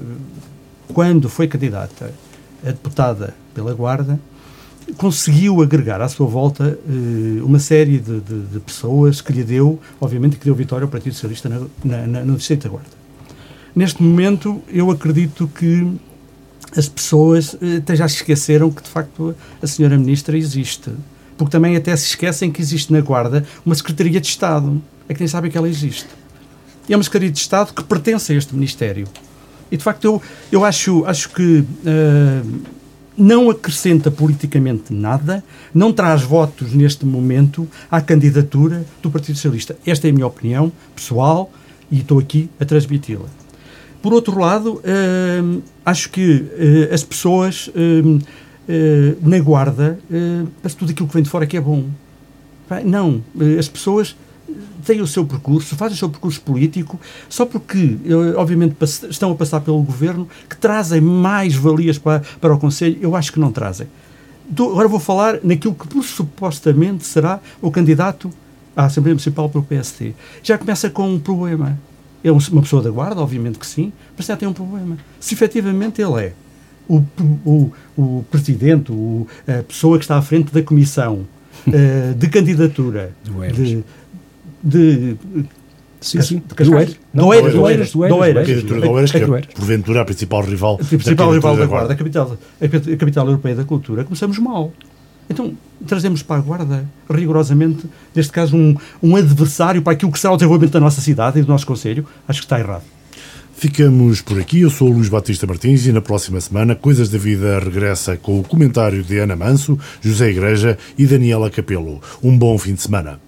quando foi candidata a deputada pela Guarda, conseguiu agregar à sua volta uh, uma série de, de, de pessoas que lhe deu, obviamente, que deu vitória ao Partido Socialista na, na, na, no Distrito da Guarda. Neste momento, eu acredito que as pessoas uh, até já se esqueceram que, de facto, a senhora Ministra existe. porque também até se esquecem que existe na Guarda uma Secretaria de Estado. É que nem sabem que ela existe. E é uma Secretaria de Estado que pertence a este Ministério. E, de facto, eu, eu acho, acho que uh, não acrescenta politicamente nada, não traz votos neste momento à candidatura do Partido Socialista. Esta é a minha opinião pessoal e estou aqui a transmiti-la. Por outro lado, uh, acho que uh, as pessoas uh, uh, na Guarda, uh, parece tudo aquilo que vem de fora que é bom. Não, uh, as pessoas têm o seu percurso, fazem o seu percurso político, só porque, obviamente, estão a passar pelo governo, que trazem mais valias para, para o Conselho, eu acho que não trazem. Agora vou falar naquilo que supostamente será o candidato à Assembleia Municipal pelo P S T. Já começa com um problema. É uma pessoa da Guarda, obviamente que sim, mas já tem um problema. Se efetivamente ele é o, o, o presidente, o, a pessoa que está à frente da comissão uh, de candidatura de... de sim, sim. De Cascais? Doeiras. Doeiras. Doeiras. Doeiras, que é, porventura, a principal rival, a principal da, rival da Guarda, da capital, a capital europeia da cultura. Começamos mal. Então, trazemos para a Guarda, rigorosamente, neste caso, um, um adversário para aquilo que será o desenvolvimento da nossa cidade e do nosso concelho. Acho que está errado. Ficamos por aqui. Eu sou o Luís Batista Martins e na próxima semana Coisas da Vida regressa com o comentário de Ana Manso, José Igreja e Daniela Capelo. Um bom fim de semana.